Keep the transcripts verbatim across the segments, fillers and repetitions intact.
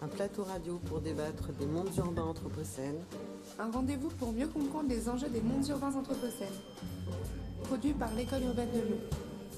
un plateau radio pour débattre des mondes urbains anthropocènes. Un rendez-vous pour mieux comprendre les enjeux des mondes urbains anthropocènes. Produit par l'École urbaine de Lyon.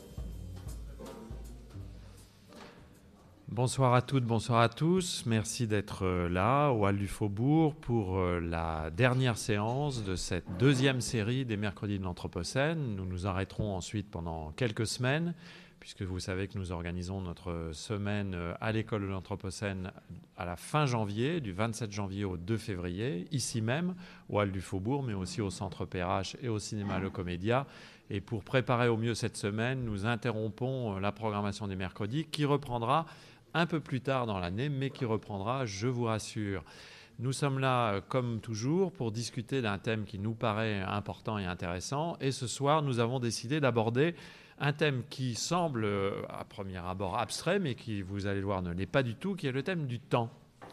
Bonsoir à toutes, bonsoir à tous. Merci d'être là au Hall du Faubourg pour la dernière séance de cette deuxième série des Mercredis de l'Anthropocène. Nous nous arrêterons ensuite pendant quelques semaines, puisque vous savez que nous organisons notre semaine à l'École de l'Anthropocène à la fin janvier, du vingt-sept janvier au deux février, ici même, au Hall du Faubourg, mais aussi au Centre P R H et au Cinéma Le Comédia. Et pour préparer au mieux cette semaine, nous interrompons la programmation des mercredis qui reprendra un peu plus tard dans l'année, mais qui reprendra, je vous rassure. Nous sommes là, comme toujours, pour discuter d'un thème qui nous paraît important et intéressant. Et ce soir, nous avons décidé d'aborder un thème qui semble, à premier abord, abstrait, mais qui, vous allez le voir, ne l'est pas du tout, qui est le thème du temps.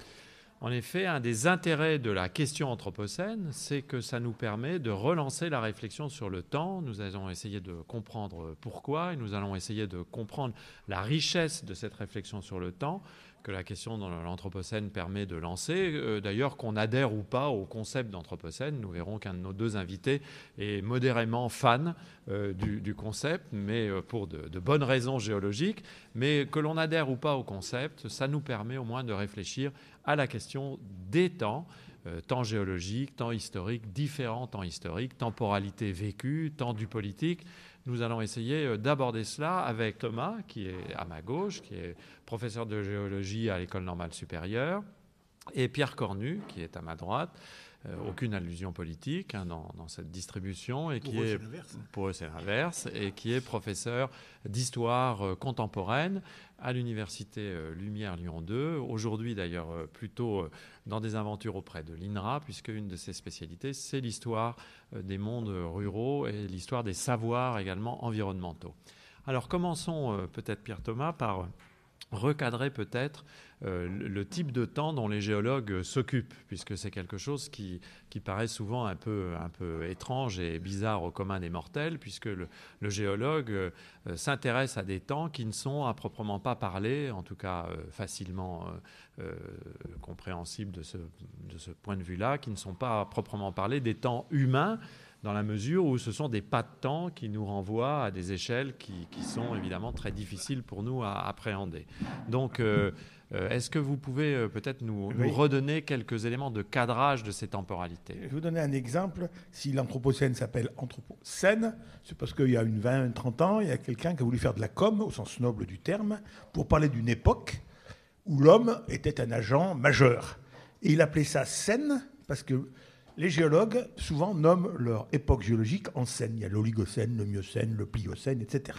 En effet, un des intérêts de la question anthropocène, c'est que ça nous permet de relancer la réflexion sur le temps. Nous allons essayer de comprendre pourquoi et nous allons essayer de comprendre la richesse de cette réflexion sur le temps que la question dans l'anthropocène permet de lancer. Euh, d'ailleurs, qu'on adhère ou pas au concept d'anthropocène, nous verrons qu'un de nos deux invités est modérément fan euh, du, du concept, mais euh, pour de, de bonnes raisons géologiques. Mais que l'on adhère ou pas au concept, ça nous permet au moins de réfléchir à la question des temps, euh, temps géologique, temps historique, différents temps historiques, temporalité vécue, temps du politique. Nous allons essayer d'aborder cela avec Thomas, qui est à ma gauche, qui est professeur de géologie à l'École normale supérieure, et Pierre Cornu, qui est à ma droite. Euh, aucune allusion politique hein, dans, dans cette distribution. Et qui pour eux, est, c'est l'inverse. Pour eux, c'est l'inverse. Et qui est professeur d'histoire euh, contemporaine à l'université euh, Lumière Lyon deux. Aujourd'hui, d'ailleurs, euh, plutôt euh, dans des aventures auprès de l'I N R A, puisque une de ses spécialités, c'est l'histoire euh, des mondes ruraux et l'histoire des savoirs également environnementaux. Alors, commençons euh, peut-être, Pierre Thomas, par... Euh, recadrer peut-être euh, le type de temps dont les géologues euh, s'occupent, puisque c'est quelque chose qui, qui paraît souvent un peu, un peu étrange et bizarre au commun des mortels, puisque le, le géologue euh, s'intéresse à des temps qui ne sont à proprement pas parler, en tout cas euh, facilement euh, euh, compréhensibles de ce, de ce point de vue-là, qui ne sont pas à proprement parler des temps humains, dans la mesure où ce sont des pas de temps qui nous renvoient à des échelles qui, qui sont évidemment très difficiles pour nous à appréhender. Donc, euh, euh, est-ce que vous pouvez euh, peut-être nous, oui. nous redonner quelques éléments de cadrage de ces temporalités ? Je vais vous donner un exemple. Si l'anthropocène s'appelle anthropocène, c'est parce qu'il y a une vingt, trente ans, il y a quelqu'un qui a voulu faire de la com, au sens noble du terme, pour parler d'une époque où l'homme était un agent majeur. Et il appelait ça scène parce que les géologues, souvent, nomment leur époque géologique en scène. Il y a l'Oligocène, le Miocène, le Pliocène, et cetera.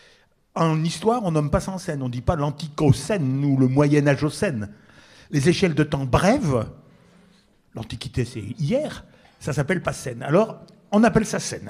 En histoire, on nomme pas ça en scène. On ne dit pas l'Antiquocène ou le Moyen-Âgocène. Les échelles de temps brèves, l'Antiquité, c'est hier, ça s'appelle pas scène. Alors, on appelle ça scène.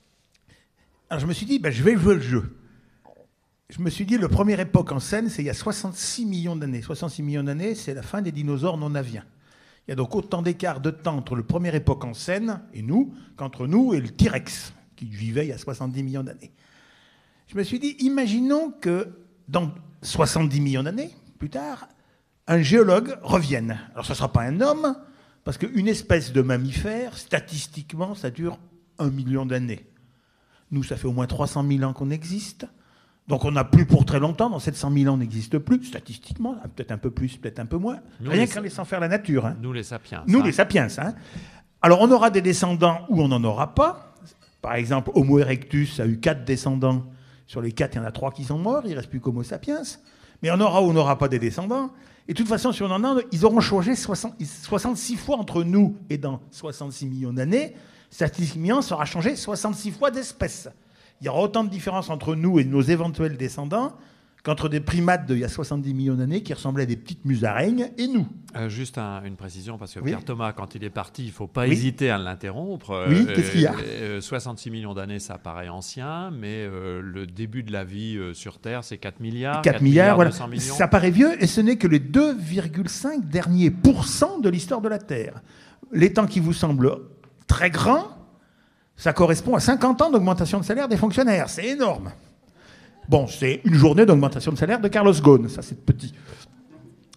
Alors, je me suis dit, ben, je vais jouer le jeu. Je me suis dit, la première époque en scène, c'est il y a soixante-six millions d'années. soixante-six millions d'années, c'est la fin des dinosaures non aviens. Il y a donc autant d'écart de temps entre la première époque en scène et nous qu'entre nous et le T-Rex, qui vivait il y a soixante-dix millions d'années. Je me suis dit, imaginons que dans soixante-dix millions d'années, plus tard, un géologue revienne. Alors ce ne sera pas un homme, parce qu'une espèce de mammifère, statistiquement, ça dure un million d'années. Nous, ça fait au moins trois cent mille ans qu'on existe. Donc on n'a plus pour très longtemps, dans sept cent mille ans on n'existe plus, statistiquement, peut-être un peu plus, peut-être un peu moins, nous rien les... qu'en laissant faire la nature. Hein. Nous les sapiens. Nous hein. les sapiens. Hein. Alors on aura des descendants ou on n'en aura pas. Par exemple, Homo erectus a eu quatre descendants, sur les quatre il y en a trois qui sont morts, il ne reste plus qu'Homo sapiens. Mais on aura ou on n'aura pas des descendants. Et de toute façon, si on en a, ils auront changé soixante, soixante-six fois entre nous et dans soixante-six millions d'années. Statistiquement, ça aura changé soixante-six fois d'espèces. Il y aura autant de différence entre nous et nos éventuels descendants qu'entre des primates d'il y a soixante-dix millions d'années qui ressemblaient à des petites musaraignes et nous. Euh, juste un, une précision, parce que oui. Pierre Thomas, quand il est parti, il ne faut pas oui. hésiter à l'interrompre. Oui, euh, qu'est-ce qu'il y a euh, soixante-six millions d'années, ça paraît ancien, mais euh, le début de la vie euh, sur Terre, c'est quatre milliards. quatre milliards, voilà. deux cents millions. Ça paraît vieux, et ce n'est que les deux virgule cinq derniers pourcents de l'histoire de la Terre. Les temps qui vous semblent très grands, ça correspond à cinquante ans d'augmentation de salaire des fonctionnaires. C'est énorme. Bon, c'est une journée d'augmentation de salaire de Carlos Ghosn. Ça, c'est petit.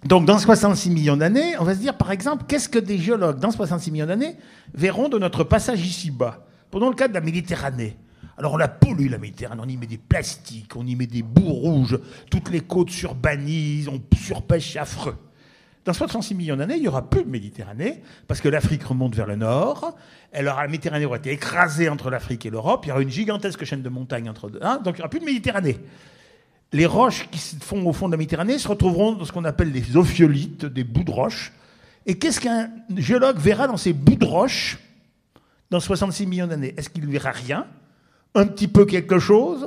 Donc, dans soixante-six millions d'années, on va se dire, par exemple, qu'est-ce que des géologues, dans soixante-six millions d'années, verront de notre passage ici-bas? Prenons le cas de la Méditerranée. Alors, on la pollue, la Méditerranée. On y met des plastiques, on y met des boues rouges, toutes les côtes s'urbanisent, on surpêche, c'est affreux. Dans soixante-six millions d'années, il n'y aura plus de Méditerranée, parce que l'Afrique remonte vers le nord, elle aura, la Méditerranée aura été écrasée entre l'Afrique et l'Europe, il y aura une gigantesque chaîne de montagnes entre deux, hein, donc il n'y aura plus de Méditerranée. Les roches qui se font au fond de la Méditerranée se retrouveront dans ce qu'on appelle des ophiolites, des bouts de roches. Et qu'est-ce qu'un géologue verra dans ces bouts de roches dans soixante-six millions d'années? Est-ce qu'il ne verra rien? Un petit peu quelque chose?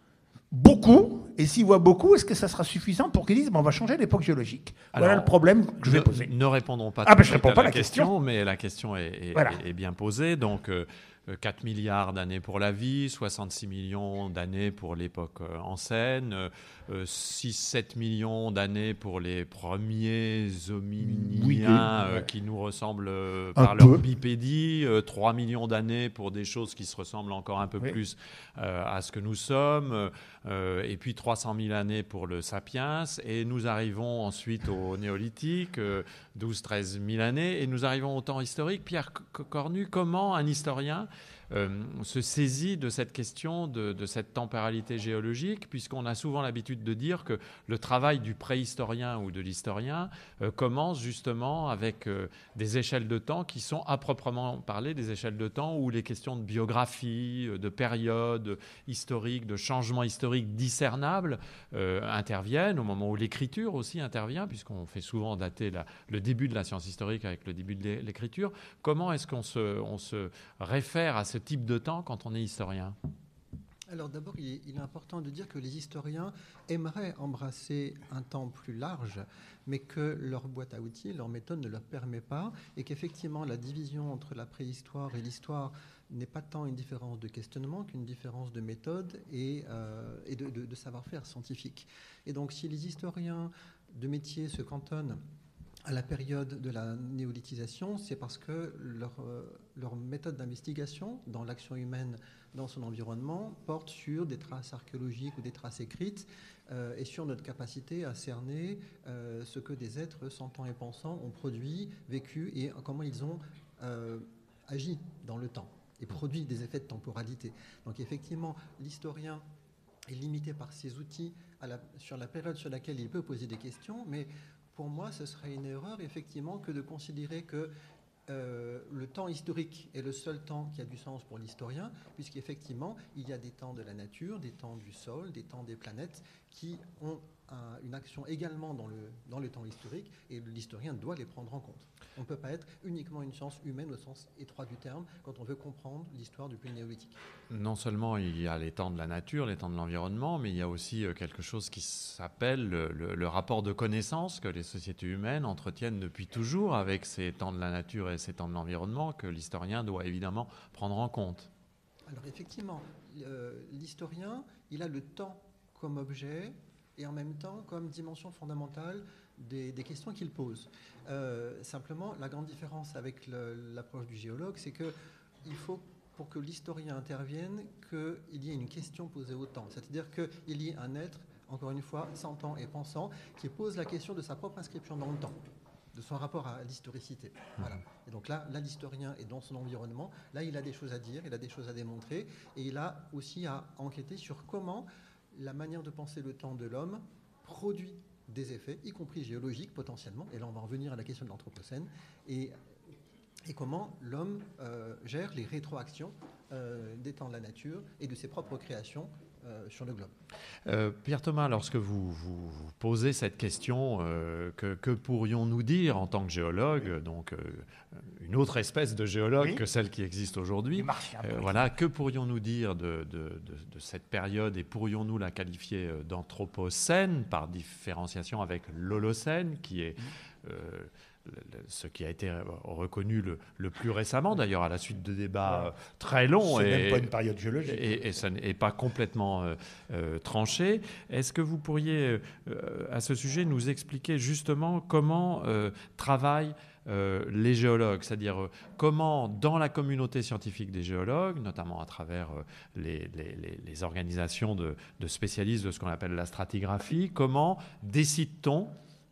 Beaucoup? Et s'il voit beaucoup, est-ce que ça sera suffisant pour qu'ils disent ben, on va changer l'époque géologique? Alors, voilà le problème que je vais ne, poser. Ne répondons pas ah, tout ben, de je suite réponds à pas la, la question, question, mais la question est, est, voilà. est, est bien posée. Donc, euh, quatre milliards d'années pour la vie, soixante-six millions d'années pour l'époque euh, ancienne, euh, six sept millions d'années pour les premiers hominiens oui, euh, ouais. qui nous ressemblent euh, un par peu. leur bipédie, euh, trois millions d'années pour des choses qui se ressemblent encore un peu oui. plus euh, à ce que nous sommes, euh, et puis trois cent mille années pour le sapiens, et nous arrivons ensuite au néolithique, euh, douze treize mille années, et nous arrivons au temps historique. Pierre Cornu, comment un historien Euh, se saisit de cette question de, de cette temporalité géologique, puisqu'on a souvent l'habitude de dire que le travail du préhistorien ou de l'historien euh, commence justement avec euh, des échelles de temps qui sont à proprement parler des échelles de temps où les questions de biographie, de période historique, de changement historique discernable euh, interviennent, au moment où l'écriture aussi intervient, puisqu'on fait souvent dater la, le début de la science historique avec le début de l'écriture. Comment est-ce qu'on se, on se réfère à ce type de temps quand on est historien? Alors d'abord, il est, il est important de dire que les historiens aimeraient embrasser un temps plus large, mais que leur boîte à outils, leur méthode ne leur permet pas, et qu'effectivement la division entre la préhistoire et l'histoire n'est pas tant une différence de questionnement qu'une différence de méthode et, euh, et de, de, de savoir-faire scientifique. Et donc si les historiens de métier se cantonnent à la période de la néolithisation, c'est parce que leur, euh, leur méthode d'investigation dans l'action humaine dans son environnement porte sur des traces archéologiques ou des traces écrites euh, et sur notre capacité à cerner euh, ce que des êtres sentants et pensants ont produit, vécu et comment ils ont euh, agi dans le temps et produit des effets de temporalité. Donc effectivement, l'historien est limité par ses outils à la, sur la période sur laquelle il peut poser des questions, mais pour moi, ce serait une erreur, effectivement, que de considérer que euh, le temps historique est le seul temps qui a du sens pour l'historien, puisqu'effectivement, il y a des temps de la nature, des temps du sol, des temps des planètes, qui ont un, une action également dans le, dans le temps historique, et l'historien doit les prendre en compte. On ne peut pas être uniquement une science humaine au sens étroit du terme quand on veut comprendre l'histoire du pays néolithique. Non seulement il y a les temps de la nature, les temps de l'environnement, mais il y a aussi quelque chose qui s'appelle le, le, le rapport de connaissance que les sociétés humaines entretiennent depuis toujours avec ces temps de la nature et ces temps de l'environnement que l'historien doit évidemment prendre en compte. Alors effectivement, euh, l'historien, il a le temps comme objet et en même temps comme dimension fondamentale des, des questions qu'il pose. Euh, simplement, la grande différence avec le, l'approche du géologue, c'est qu'il faut, pour que l'historien intervienne, qu'il y ait une question posée au temps. C'est-à-dire qu'il y ait un être, encore une fois, sentant et pensant, qui pose la question de sa propre inscription dans le temps, de son rapport à l'historicité. Voilà. Et donc là, là, l'historien est dans son environnement. Là, il a des choses à dire, il a des choses à démontrer, et il a aussi à enquêter sur comment la manière de penser le temps de l'homme produit des effets, y compris géologiques potentiellement, et là on va en revenir à la question de l'Anthropocène, et, et comment l'homme euh, gère les rétroactions euh, des temps de la nature et de ses propres créations euh, sur le globe. Euh, Pierre Thomas, lorsque vous, vous, vous posez cette question, euh, que, que pourrions-nous dire en tant que géologue, donc euh, une autre espèce de géologue oui. que celle qui existe aujourd'hui, euh, voilà, que pourrions-nous dire de, de, de, de cette période et pourrions-nous la qualifier d'anthropocène par différenciation avec l'holocène, qui est euh, ce qui a été reconnu le, le plus récemment, d'ailleurs à la suite de débats ouais. très longs. C'est et, même pas une période géologique. Et, et ça n'est pas complètement euh, euh, tranché. Est-ce que vous pourriez, euh, à ce sujet, nous expliquer justement comment euh, travaillent euh, les géologues, c'est-à-dire euh, comment, dans la communauté scientifique des géologues, notamment à travers euh, les, les, les, les organisations de, de spécialistes de ce qu'on appelle la stratigraphie, comment décide-t-on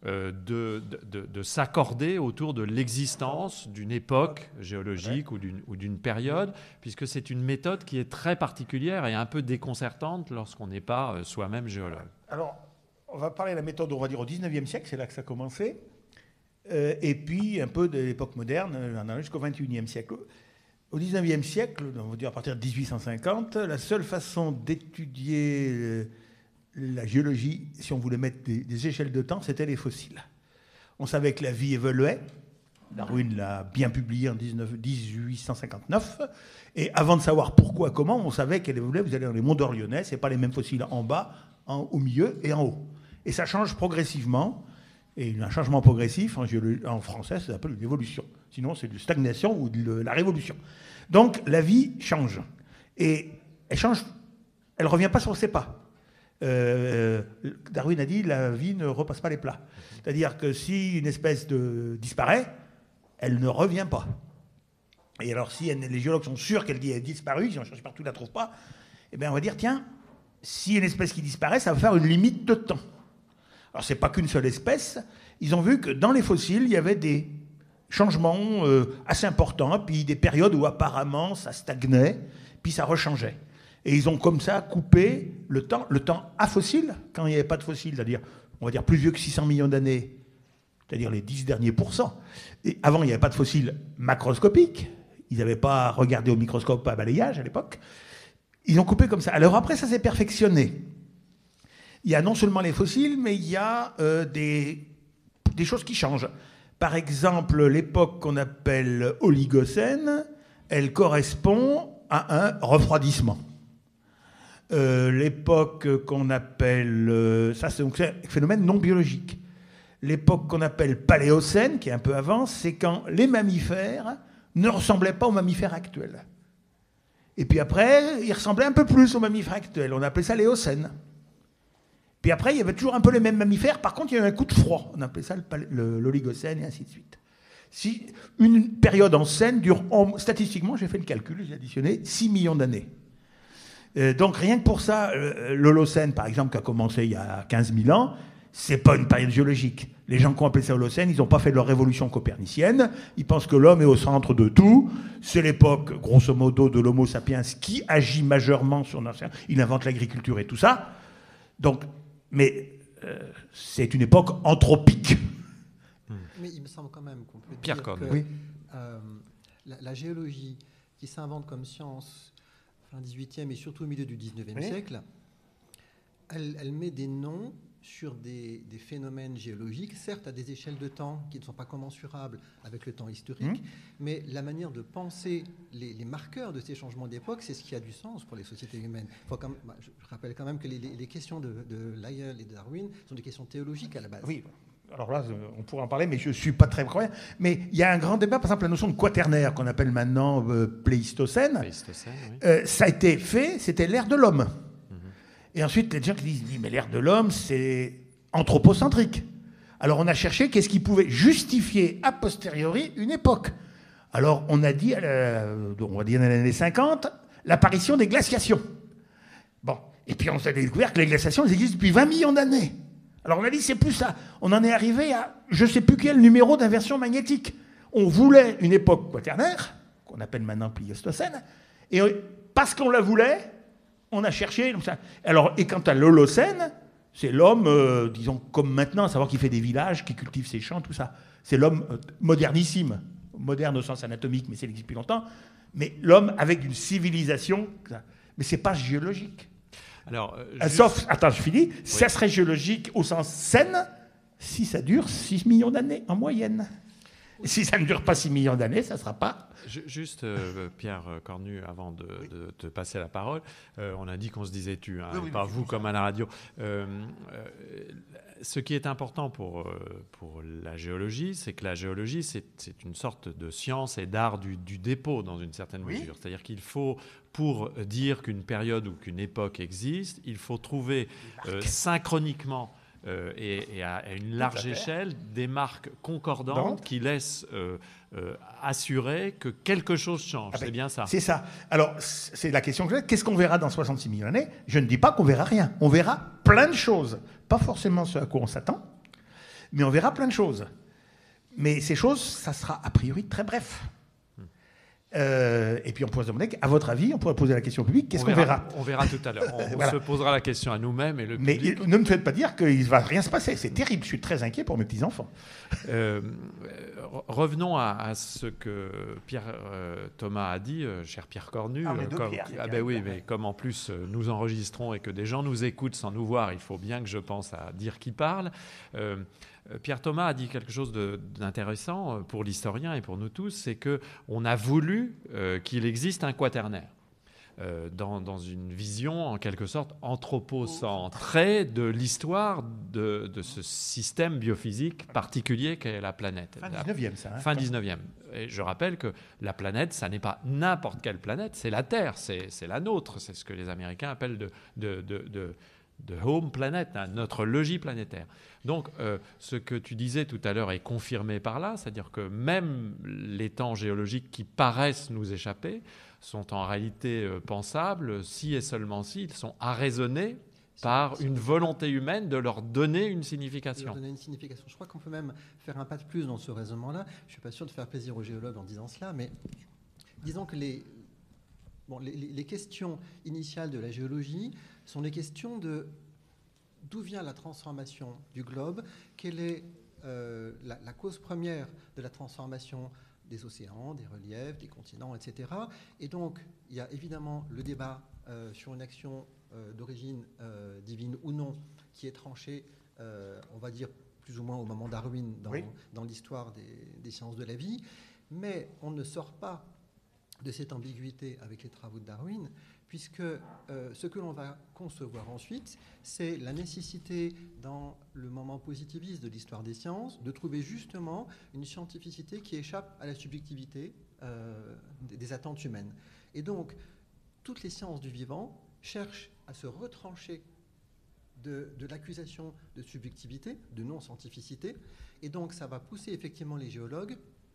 euh, de, de, de s'accorder autour de l'existence d'une époque géologique ouais. ou, d'une, ou d'une période, puisque c'est une méthode qui est très particulière et un peu déconcertante lorsqu'on n'est pas euh, soi-même géologue. Alors, on va parler de la méthode, on va dire, au dix-neuvième siècle, c'est là que ça a commencé, euh, et puis un peu de l'époque moderne, on a jusqu'au vingt et unième siècle. Au dix-neuvième siècle, on va dire à partir de dix-huit cent cinquante, la seule façon d'étudier euh, la géologie, si on voulait mettre des, des échelles de temps, c'était les fossiles. On savait que la vie évoluait. Darwin l'a bien publié en dix-huit cent cinquante-neuf. Et avant de savoir pourquoi, comment, on savait qu'elle évoluait. Vous allez dans les monts d'Orléanais, ce n'est pas les mêmes fossiles en bas, en, au milieu et en haut. Et ça change progressivement. Et un changement progressif, en, géologie, en français, ça s'appelle une évolution. Sinon, c'est de la stagnation ou de la révolution. Donc, la vie change. Et elle change, elle ne revient pas sur ses pas. Euh, Darwin a dit la vie ne repasse pas les plats. C'est-à-dire que si une espèce de, disparaît, elle ne revient pas. Et alors, si elle, les géologues sont sûrs qu'elle a disparu, si on cherche partout, ils ne la trouvent pas, eh bien, on va dire, tiens, si une espèce qui disparaît, ça va faire une limite de temps. Alors, ce n'est pas qu'une seule espèce. Ils ont vu que dans les fossiles, il y avait des changements euh, assez importants, puis des périodes où apparemment ça stagnait, puis ça rechangeait. Et ils ont comme ça coupé le temps, le temps afossile, quand il n'y avait pas de fossiles, c'est-à-dire, on va dire, plus vieux que six cents millions d'années, c'est-à-dire les dix derniers pourcents. Et avant, il n'y avait pas de fossiles macroscopiques. Ils n'avaient pas regardé au microscope à balayage à l'époque. Ils ont coupé comme ça. Alors après, ça s'est perfectionné. Il y a non seulement les fossiles, mais il y a euh, des, des choses qui changent. Par exemple, l'époque qu'on appelle Oligocène, elle correspond à un refroidissement. Euh, l'époque qu'on appelle... Euh, ça, c'est, donc, c'est un phénomène non biologique. L'époque qu'on appelle Paléocène, qui est un peu avant, c'est quand les mammifères ne ressemblaient pas aux mammifères actuels. Et puis après, ils ressemblaient un peu plus aux mammifères actuels. On appelait ça l'Éocène. Puis après, il y avait toujours un peu les mêmes mammifères. Par contre, il y avait un coup de froid. On appelait ça le, le, l'Oligocène et ainsi de suite. Si une période en Cène dure, en, statistiquement, j'ai fait le calcul, j'ai additionné six millions d'années. Euh, donc rien que pour ça, euh, l'Holocène, par exemple, qui a commencé il y a quinze mille ans, c'est pas une période géologique. Les gens qui ont appelé ça Holocène, ils n'ont pas fait leur révolution copernicienne. Ils pensent que l'homme est au centre de tout. C'est l'époque, grosso modo, de l'Homo sapiens qui agit majeurement sur notre... Il invente l'agriculture et tout ça. Donc, mais euh, c'est une époque anthropique. Mais il me semble quand même qu'on peut Pierre dire Corne. que Oui. euh, la, la géologie qui s'invente comme science fin dix-huitième et surtout au milieu du dix-neuvième oui. siècle, elle, elle met des noms sur des, des phénomènes géologiques, certes à des échelles de temps qui ne sont pas commensurables avec le temps historique, mmh. mais la manière de penser les, les marqueurs de ces changements d'époque, c'est ce qui a du sens pour les sociétés humaines. Faut quand même, je rappelle quand même que les, les questions de, de Lyell et de Darwin sont des questions théologiques à la base. Oui. Alors là, on pourrait en parler, mais je ne suis pas très croyant. Mais il y a un grand débat, par exemple, la notion de quaternaire, qu'on appelle maintenant euh, Pléistocène. Pléistocène, oui. Euh, ça a été fait, c'était l'ère de l'homme. Et ensuite, les gens qui disent, mais l'ère de l'homme, c'est anthropocentrique. Alors on a cherché qu'est-ce qui pouvait justifier a posteriori une époque. Alors on a dit, euh, on va dire dans les années cinquante, l'apparition des glaciations. Bon, et puis on s'est découvert que les glaciations elles existent depuis vingt millions d'années. Alors on a dit, c'est plus ça. On en est arrivé à, je ne sais plus quel numéro d'inversion magnétique. On voulait une époque quaternaire, qu'on appelle maintenant Pléistocène, et parce qu'on la voulait, on a cherché. Comme ça. Alors, et quant à l'Holocène, c'est l'homme, euh, disons, comme maintenant, à savoir qui fait des villages, qui cultive ses champs, tout ça. C'est l'homme euh, modernissime, moderne au sens anatomique, mais c'est existe depuis longtemps. Mais l'homme avec une civilisation, mais c'est pas géologique. Alors, euh, juste... Sauf, attends, je finis, oui. Ça serait géologique au sens Cène si ça dure six millions d'années en moyenne. Et si ça ne dure pas six millions d'années, ça ne sera pas... Juste, euh, Pierre Cornu, avant de, oui. de te passer la parole, euh, on a dit qu'on se disait tu, hein, oui, oui, pas vous comme à la radio. Euh, euh, ce qui est important pour, pour la géologie, c'est que la géologie, c'est, c'est une sorte de science et d'art du, du dépôt, dans une certaine oui. mesure. C'est-à-dire qu'il faut, pour dire qu'une période ou qu'une époque existe, il faut trouver euh, synchroniquement Euh, et, et à, à une large échelle, des marques concordantes Donc, qui laissent euh, euh, assurer que quelque chose change. Ah ben, c'est bien ça. C'est ça. Alors, c'est la question que j'ai. Qu'est-ce qu'on verra dans soixante-six millions d'années ? Je ne dis pas qu'on verra rien. On verra plein de choses. Pas forcément ce à quoi on s'attend. Mais on verra plein de choses. Mais ces choses, ça sera a priori très bref. Euh, et puis on pourrait se demander, à votre avis, on pourrait poser la question au public, qu'est-ce qu'on verra, On verra tout à l'heure. On voilà. se posera la question à nous-mêmes et le Mais public. ne me faites pas dire qu'il ne va rien se passer. C'est terrible. Je suis très inquiet pour mes petits-enfants. Euh, revenons à, à ce que Pierre euh, Thomas a dit, euh, cher Pierre Cornu. Ah, on est deux comme, Pierre, il y a ah Pierre ben oui, et Pierre. mais comme en plus euh, nous enregistrons et que des gens nous écoutent sans nous voir, il faut bien que je pense à dire qui parle. Euh, Pierre Thomas a dit quelque chose de, d'intéressant pour l'historien et pour nous tous, c'est qu'on a voulu euh, qu'il existe un quaternaire. Euh, dans, dans une vision en quelque sorte anthropocentrée de l'histoire de, de ce système biophysique particulier qu'est la planète. Fin dix-neuvième, ça. Hein, fin dix-neuvième. Et je rappelle que la planète, ça n'est pas n'importe quelle planète, c'est la Terre, c'est, c'est la nôtre, c'est ce que les Américains appellent de, de, de, de, de home planet, hein, notre logis planétaire. Donc, euh, ce que tu disais tout à l'heure est confirmé par là, c'est-à-dire que même les temps géologiques qui paraissent nous échapper sont en réalité euh, pensables si et seulement si ils sont arraisonnés par une volonté humaine de leur donner une signification. De leur donner une signification. Je crois qu'on peut même faire un pas de plus dans ce raisonnement-là. Je ne suis pas sûr de faire plaisir aux géologues en disant cela, mais disons que les, bon, les, les questions initiales de la géologie sont les questions de d'où vient la transformation du globe, quelle est euh, la, la cause première de la transformation des océans, des reliefs, des continents, et cetera. Et donc, il y a évidemment le débat euh, sur une action euh, d'origine euh, divine ou non, qui est tranché, euh, on va dire, plus ou moins au moment Darwin dans, oui. dans l'histoire des, des sciences de la vie. Mais on ne sort pas de cette ambiguïté avec les travaux de Darwin, puisque euh, ce que l'on va concevoir ensuite, c'est la nécessité, dans le moment positiviste de l'histoire des sciences, de trouver justement une scientificité qui échappe à la subjectivité euh, des, des attentes humaines. Et donc, toutes les sciences du vivant cherchent à se retrancher de, de l'accusation de subjectivité, de non-scientificité, et donc ça va pousser effectivement les géologues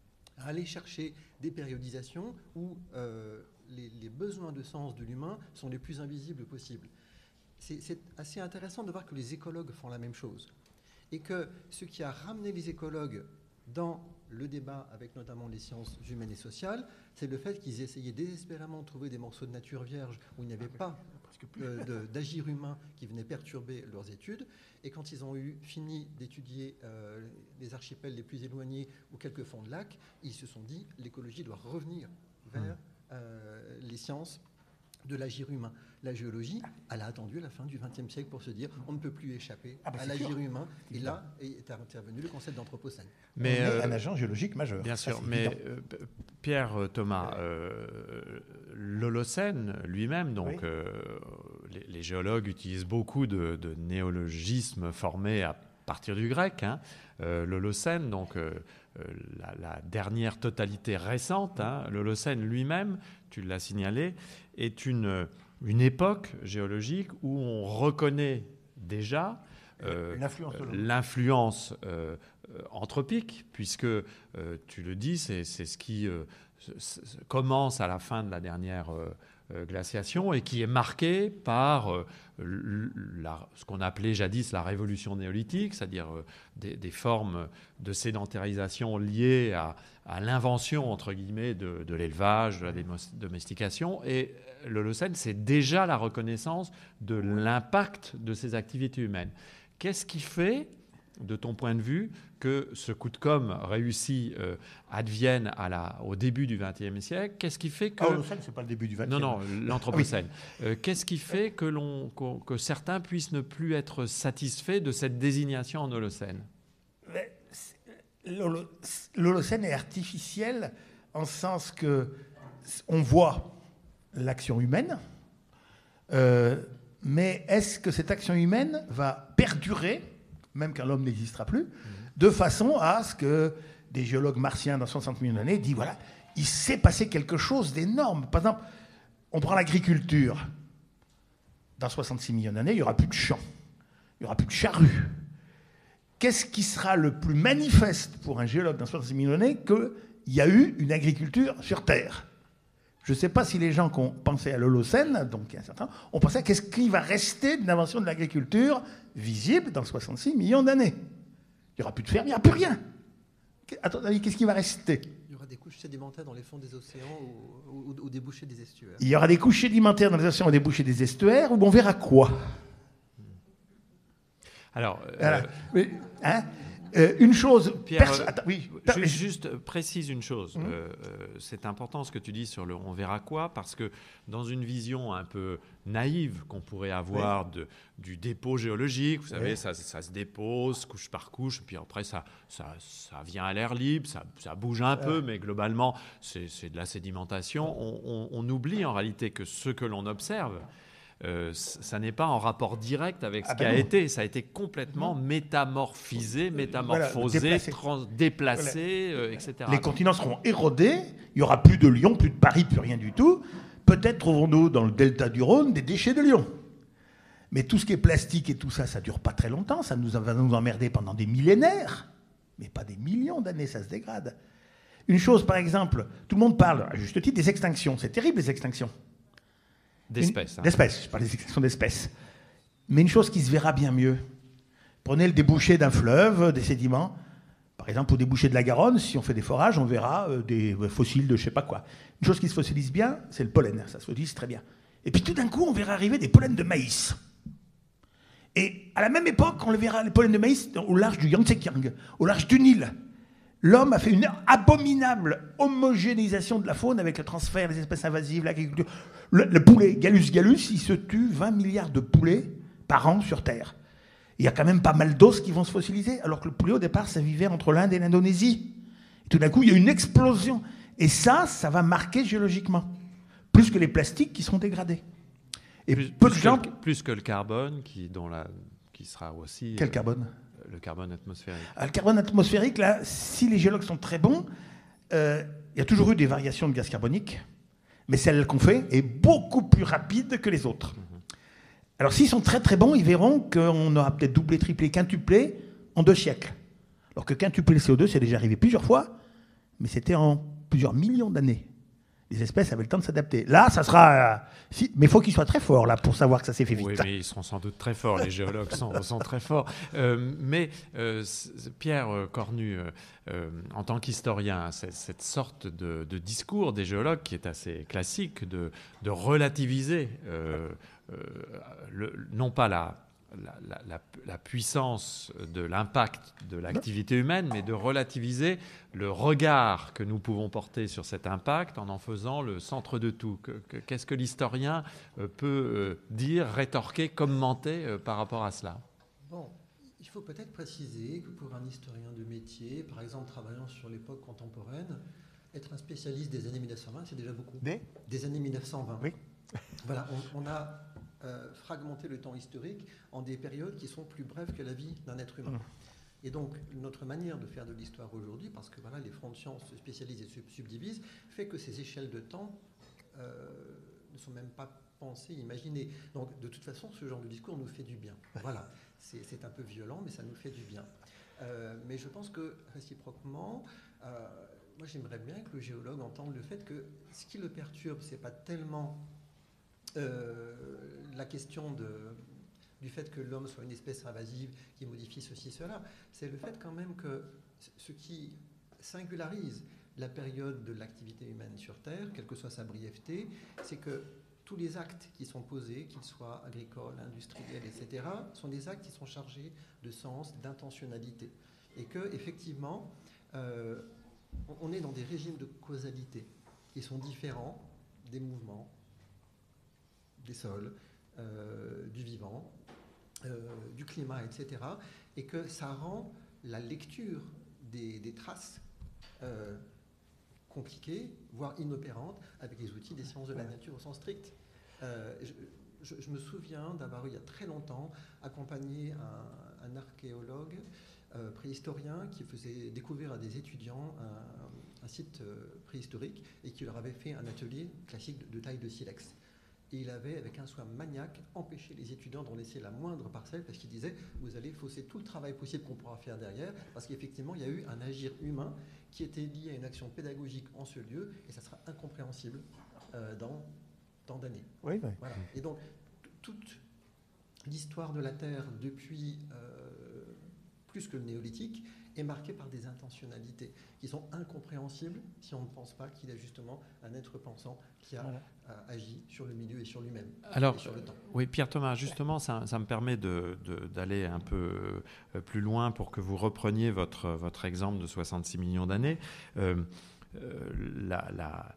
à aller chercher des périodisations où euh, les, les besoins de sens de l'humain sont les plus invisibles possibles. C'est, c'est assez intéressant de voir que les écologues font la même chose. Et que ce qui a ramené les écologues dans le débat avec notamment les sciences humaines et sociales, c'est le fait qu'ils essayaient désespérément de trouver des morceaux de nature vierge où il n'y avait pas euh, de, d'agir humain qui venait perturber leurs études. Et quand ils ont eu fini d'étudier euh, les archipels les plus éloignés ou quelques fonds de lac, ils se sont dit l'écologie doit revenir vers euh, les sciences de l'agir humain. La géologie, elle a attendu la fin du vingtième siècle pour se dire on ne peut plus échapper ah bah à l'agir sûr. humain. Et là est intervenu le concept d'anthropocène. Mais euh, un agent géologique majeur. Bien sûr, mais euh, Pierre Thomas, euh, l'Holocène lui-même, donc oui. euh, les, les géologues utilisent beaucoup de, de néologismes formés à partir du grec. Hein. Euh, L'Holocène, donc euh, la, la dernière totalité récente, hein, l'Holocène lui-même, tu l'as signalé, est une, une époque géologique où on reconnaît déjà euh, l'influence euh, anthropique, puisque, euh, tu le dis, c'est, c'est ce qui euh, commence à la fin de la dernière euh, glaciation et qui est marqué par euh, la, ce qu'on appelait jadis la révolution néolithique, c'est-à-dire euh, des, des formes de sédentarisation liées à, à l'invention, entre guillemets, de, de l'élevage, de la domestication. Et l'Holocène, c'est déjà la reconnaissance de l'impact de ces activités humaines. Qu'est-ce qui fait, de ton point de vue, que ce coup de com' réussi euh, advienne à la, au début du vingtième siècle? Qu'est-ce qui fait que... Ah, l'Holocène, c'est pas le début du vingtième. Non, non, l'Anthropocène. oui. euh, qu'est-ce qui fait que, l'on, que, que certains puissent ne plus être satisfaits de cette désignation en Holocène? L'Holocène est artificiel en ce sens que on voit l'action humaine, euh, mais est-ce que cette action humaine va perdurer, même quand l'homme n'existera plus, mmh. de façon à ce que des géologues martiens dans soixante millions d'années disent, voilà, il s'est passé quelque chose d'énorme. Par exemple, on prend l'agriculture. Dans soixante-six millions d'années, il n'y aura plus de champs, il n'y aura plus de charrues. Qu'est-ce qui sera le plus manifeste pour un géologue dans soixante-six millions d'années qu'il y a eu une agriculture sur Terre? Je ne sais pas si les gens qui ont pensé à l'Holocène, donc il y a certains, ont pensé à qu'est-ce qui va rester d'une invention de l'agriculture visible dans soixante-six millions d'années. Il n'y aura plus de ferme, il n'y aura plus rien. À ton avis, qu'est-ce qui va rester? Il y aura des couches sédimentaires dans les fonds des océans ou, ou, ou des bouchées des estuaires. Il y aura des couches sédimentaires dans les océans ou des bouchées des estuaires, ou on verra quoi? Alors, euh, voilà. Mais, hein Euh, une chose, Pierre, perso- Attends, oui, ju- juste précise une chose. Mmh. Euh, euh, c'est important ce que tu dis sur le on verra quoi, parce que dans une vision un peu naïve qu'on pourrait avoir oui. de, du dépôt géologique, vous savez, oui. ça, ça se dépose couche par couche, puis après ça, ça, ça vient à l'air libre, ça, ça bouge un ouais. peu, mais globalement, c'est, c'est de la sédimentation. On, on, on oublie en réalité que ce que l'on observe, Euh, ça n'est pas en rapport direct avec ce ah qui ben a non. été. Ça a été complètement mmh. métamorphisé, métamorphosé, voilà, déplacé, trans, déplacé voilà. euh, et cetera. Les continents seront érodés, il n'y aura plus de Lyon, plus de Paris, plus rien du tout. Peut-être trouvons-nous dans le delta du Rhône des déchets de Lyon. Mais tout ce qui est plastique et tout ça, ça ne dure pas très longtemps. Ça nous va nous emmerder pendant des millénaires, mais pas des millions d'années, ça se dégrade. Une chose, par exemple, tout le monde parle, à juste titre, des extinctions. C'est terrible, les extinctions. D'espèces. Hein. D'espèces, je parle des extinctions d'espèces. Mais une chose qui se verra bien mieux. Prenez le débouché d'un fleuve, des sédiments. Par exemple, au débouché de la Garonne, si on fait des forages, on verra euh, des fossiles de je ne sais pas quoi. Une chose qui se fossilise bien, c'est le pollen. Ça se fossilise très bien. Et puis tout d'un coup, on verra arriver des pollens de maïs. Et à la même époque, on le verra, les pollens de maïs au large du Yangtze-Kiang, au large du Nil. L'homme a fait une abominable homogénéisation de la faune avec le transfert des espèces invasives, l'agriculture. Le, le poulet, Gallus gallus, il se tue vingt milliards de poulets par an sur Terre. Il y a quand même pas mal d'os qui vont se fossiliser, alors que le poulet, au départ, ça vivait entre l'Inde et l'Indonésie. Et tout d'un coup, il y a une explosion. Et ça, ça va marquer géologiquement. Plus que les plastiques qui seront dégradés. Et plus, peu plus de gens... Que le, plus que le carbone, qui, dont la, qui sera aussi... Quel euh, carbone ? Le carbone atmosphérique. Le carbone atmosphérique, là, si les géologues sont très bons, euh, il y a toujours eu des variations de gaz carbonique, mais celle qu'on fait est beaucoup plus rapide que les autres. Mm-hmm. Alors, s'ils sont très très bons, ils verront qu'on aura peut-être doublé, triplé, quintuplé en deux siècles. Alors que quintupler le C O deux, c'est déjà arrivé plusieurs fois, mais c'était en plusieurs millions d'années. Les espèces avaient le temps de s'adapter. Là, ça sera... Euh, si, mais il faut qu'ils soient très forts, là, pour savoir que ça s'est fait vite. Oui, mais ils seront sans doute très forts, les géologues sont, sont très forts. Euh, mais euh, Pierre Cornu, euh, en tant qu'historien, c'est cette sorte de, de discours des géologues qui est assez classique, de, de relativiser, euh, euh, le, non pas la... La, la, la, la puissance de l'impact de l'activité humaine, mais de relativiser le regard que nous pouvons porter sur cet impact en en faisant le centre de tout. Que, que, qu'est-ce que l'historien peut dire, rétorquer, commenter par rapport à cela ? Bon, il faut peut-être préciser que pour un historien de métier, par exemple travaillant sur l'époque contemporaine, être un spécialiste des années mille neuf cent vingt, c'est déjà beaucoup. Des, des années mille neuf cent vingt. Oui. Voilà, on, on a... Euh, fragmenter le temps historique en des périodes qui sont plus brèves que la vie d'un être humain. Mmh. Et donc, notre manière de faire de l'histoire aujourd'hui, parce que voilà, les fronts de sciences se spécialisent et se subdivisent, fait que ces échelles de temps euh, ne sont même pas pensées, imaginées. Donc, de toute façon, ce genre de discours nous fait du bien. Voilà, c'est, c'est un peu violent, mais ça nous fait du bien. Euh, mais je pense que, réciproquement, euh, moi, j'aimerais bien que le géologue entende le fait que ce qui le perturbe, c'est pas tellement... Euh, la question de, du fait que l'homme soit une espèce invasive qui modifie ceci, cela, c'est le fait quand même que ce qui singularise la période de l'activité humaine sur Terre, quelle que soit sa brièveté, c'est que tous les actes qui sont posés, qu'ils soient agricoles, industriels, et cetera, sont des actes qui sont chargés de sens, d'intentionnalité. Et que, effectivement, euh, on est dans des régimes de causalité qui sont différents des mouvements, des sols, euh, du vivant, euh, du climat, et cetera. Et que ça rend la lecture des, des traces euh, compliquée, voire inopérante, avec les outils des sciences de la nature au sens strict. Euh, je, je, je me souviens d'avoir eu, il y a très longtemps, accompagné un, un archéologue euh, préhistorien qui faisait découvrir à des étudiants un, un site euh, préhistorique et qui leur avait fait un atelier classique de, de taille de silex. Et il avait, avec un soin maniaque, empêché les étudiants d'en laisser la moindre parcelle parce qu'il disait « vous allez fausser tout le travail possible qu'on pourra faire derrière » parce qu'effectivement, il y a eu un agir humain qui était lié à une action pédagogique en ce lieu et ça sera incompréhensible euh, dans tant d'années. Oui, oui. Voilà. Et donc, t- toute l'histoire de la Terre depuis euh, plus que le néolithique, est marqué par des intentionnalités qui sont incompréhensibles si on ne pense pas qu'il est justement un être pensant qui a voilà. euh, agi sur le milieu et sur lui-même. Alors, sur le temps. Oui, Pierre Thomas, justement, ça, ça me permet de, de, d'aller un peu plus loin pour que vous repreniez votre, votre exemple de soixante-six millions d'années. Euh, euh, la, la,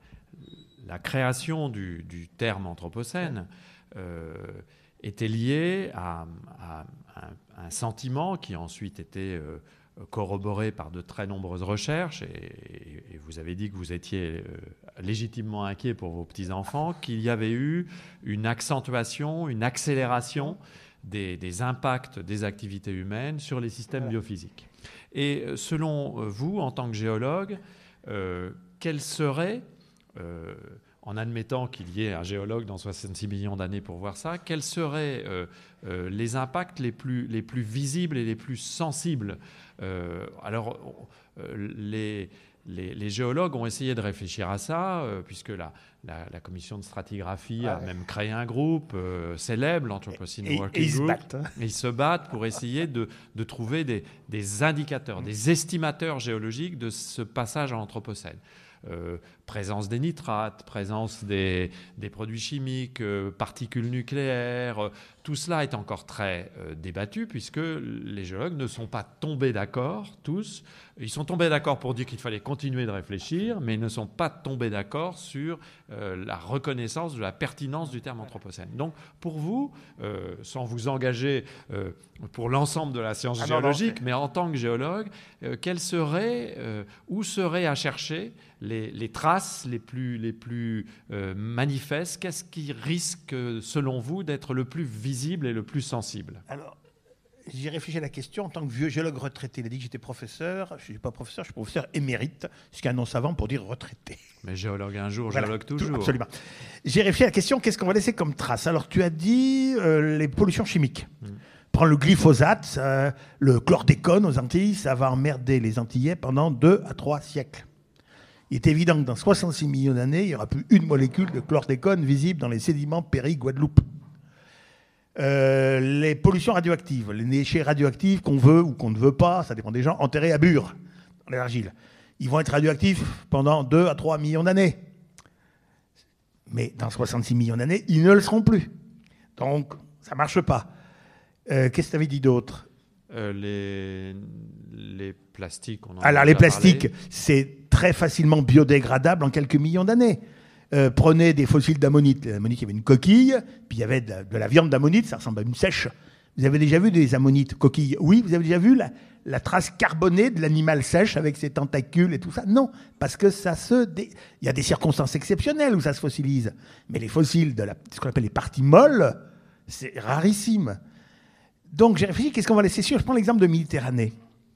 la création du, du terme anthropocène euh, était liée à, à, à un, un sentiment qui ensuite était euh, corroboré par de très nombreuses recherches, et, et vous avez dit que vous étiez euh, légitimement inquiet pour vos petits-enfants, qu'il y avait eu une accentuation, une accélération des, des impacts des activités humaines sur les systèmes ouais. biophysiques. Et selon vous, en tant que géologue, euh, quel serait, euh, en admettant qu'il y ait un géologue dans soixante-six millions d'années pour voir ça, quels seraient euh, euh, les impacts les plus, les plus visibles et les plus sensibles? euh, Alors, euh, les, les, les géologues ont essayé de réfléchir à ça, euh, puisque la, la, la commission de stratigraphie ah, a ouais. même créé un groupe euh, célèbre, l'Anthropocene et, Working et ils Group. Se battent, hein. Et ils se battent pour essayer de, de trouver des, des indicateurs, des estimateurs géologiques de ce passage à l'Anthropocène. Euh, présence des nitrates, présence des, des produits chimiques, euh, particules nucléaires, euh, tout cela est encore très euh, débattu puisque les géologues ne sont pas tombés d'accord tous. Ils sont tombés d'accord pour dire qu'il fallait continuer de réfléchir, mais ils ne sont pas tombés d'accord sur euh, la reconnaissance de la pertinence du terme anthropocène. Donc pour vous, euh, sans vous engager euh, pour l'ensemble de la science ah géologique, non, non, mais en tant que géologue, euh, quel serait, euh, où serait à chercher les, les traces les plus, les plus euh, manifestes? Qu'est-ce qui risque, selon vous, d'être le plus visible et le plus sensible? Alors, j'ai réfléchi à la question en tant que vieux géologue retraité. Il a dit que j'étais professeur. Je ne suis pas professeur, je suis professeur émérite, ce qui est un nom savant pour dire retraité. Mais géologue un jour, voilà, géologue toujours. Tout, absolument. J'ai réfléchi à la question, qu'est-ce qu'on va laisser comme trace? Alors, tu as dit euh, les pollutions chimiques. Mmh. Prends le glyphosate, ça, le chlordécone aux Antilles, ça va emmerder les Antillais pendant deux à trois siècles. Il est évident que dans soixante-six millions d'années, il n'y aura plus une molécule de chlordécone visible dans les sédiments Péry-Guadeloupe. Euh, les pollutions radioactives, les déchets radioactifs qu'on veut ou qu'on ne veut pas, ça dépend des gens, enterrés à Bure, dans l'argile. Ils vont être radioactifs pendant deux à trois millions d'années. Mais dans soixante-six millions d'années, ils ne le seront plus. Donc, ça ne marche pas. Euh, qu'est-ce que tu avais dit d'autre? euh, les, les plastiques, on en Alors, a les plastiques, parlé. C'est très facilement biodégradable en quelques millions d'années. Euh, prenez des fossiles d'ammonite. L'ammonite, il y avait une coquille, puis il y avait de, de la viande d'ammonite, ça ressemble à une sèche. Vous avez déjà vu des ammonites coquilles? Oui, vous avez déjà vu la, la trace carbonée de l'animal sèche avec ses tentacules et tout ça? Non, parce que ça se... Dé... Il y a des circonstances exceptionnelles où ça se fossilise. Mais les fossiles de la, ce qu'on appelle les parties molles, c'est rarissime. Donc j'ai réfléchi, qu'est-ce qu'on va laisser sur? Je prends l'exemple de Méditerranée.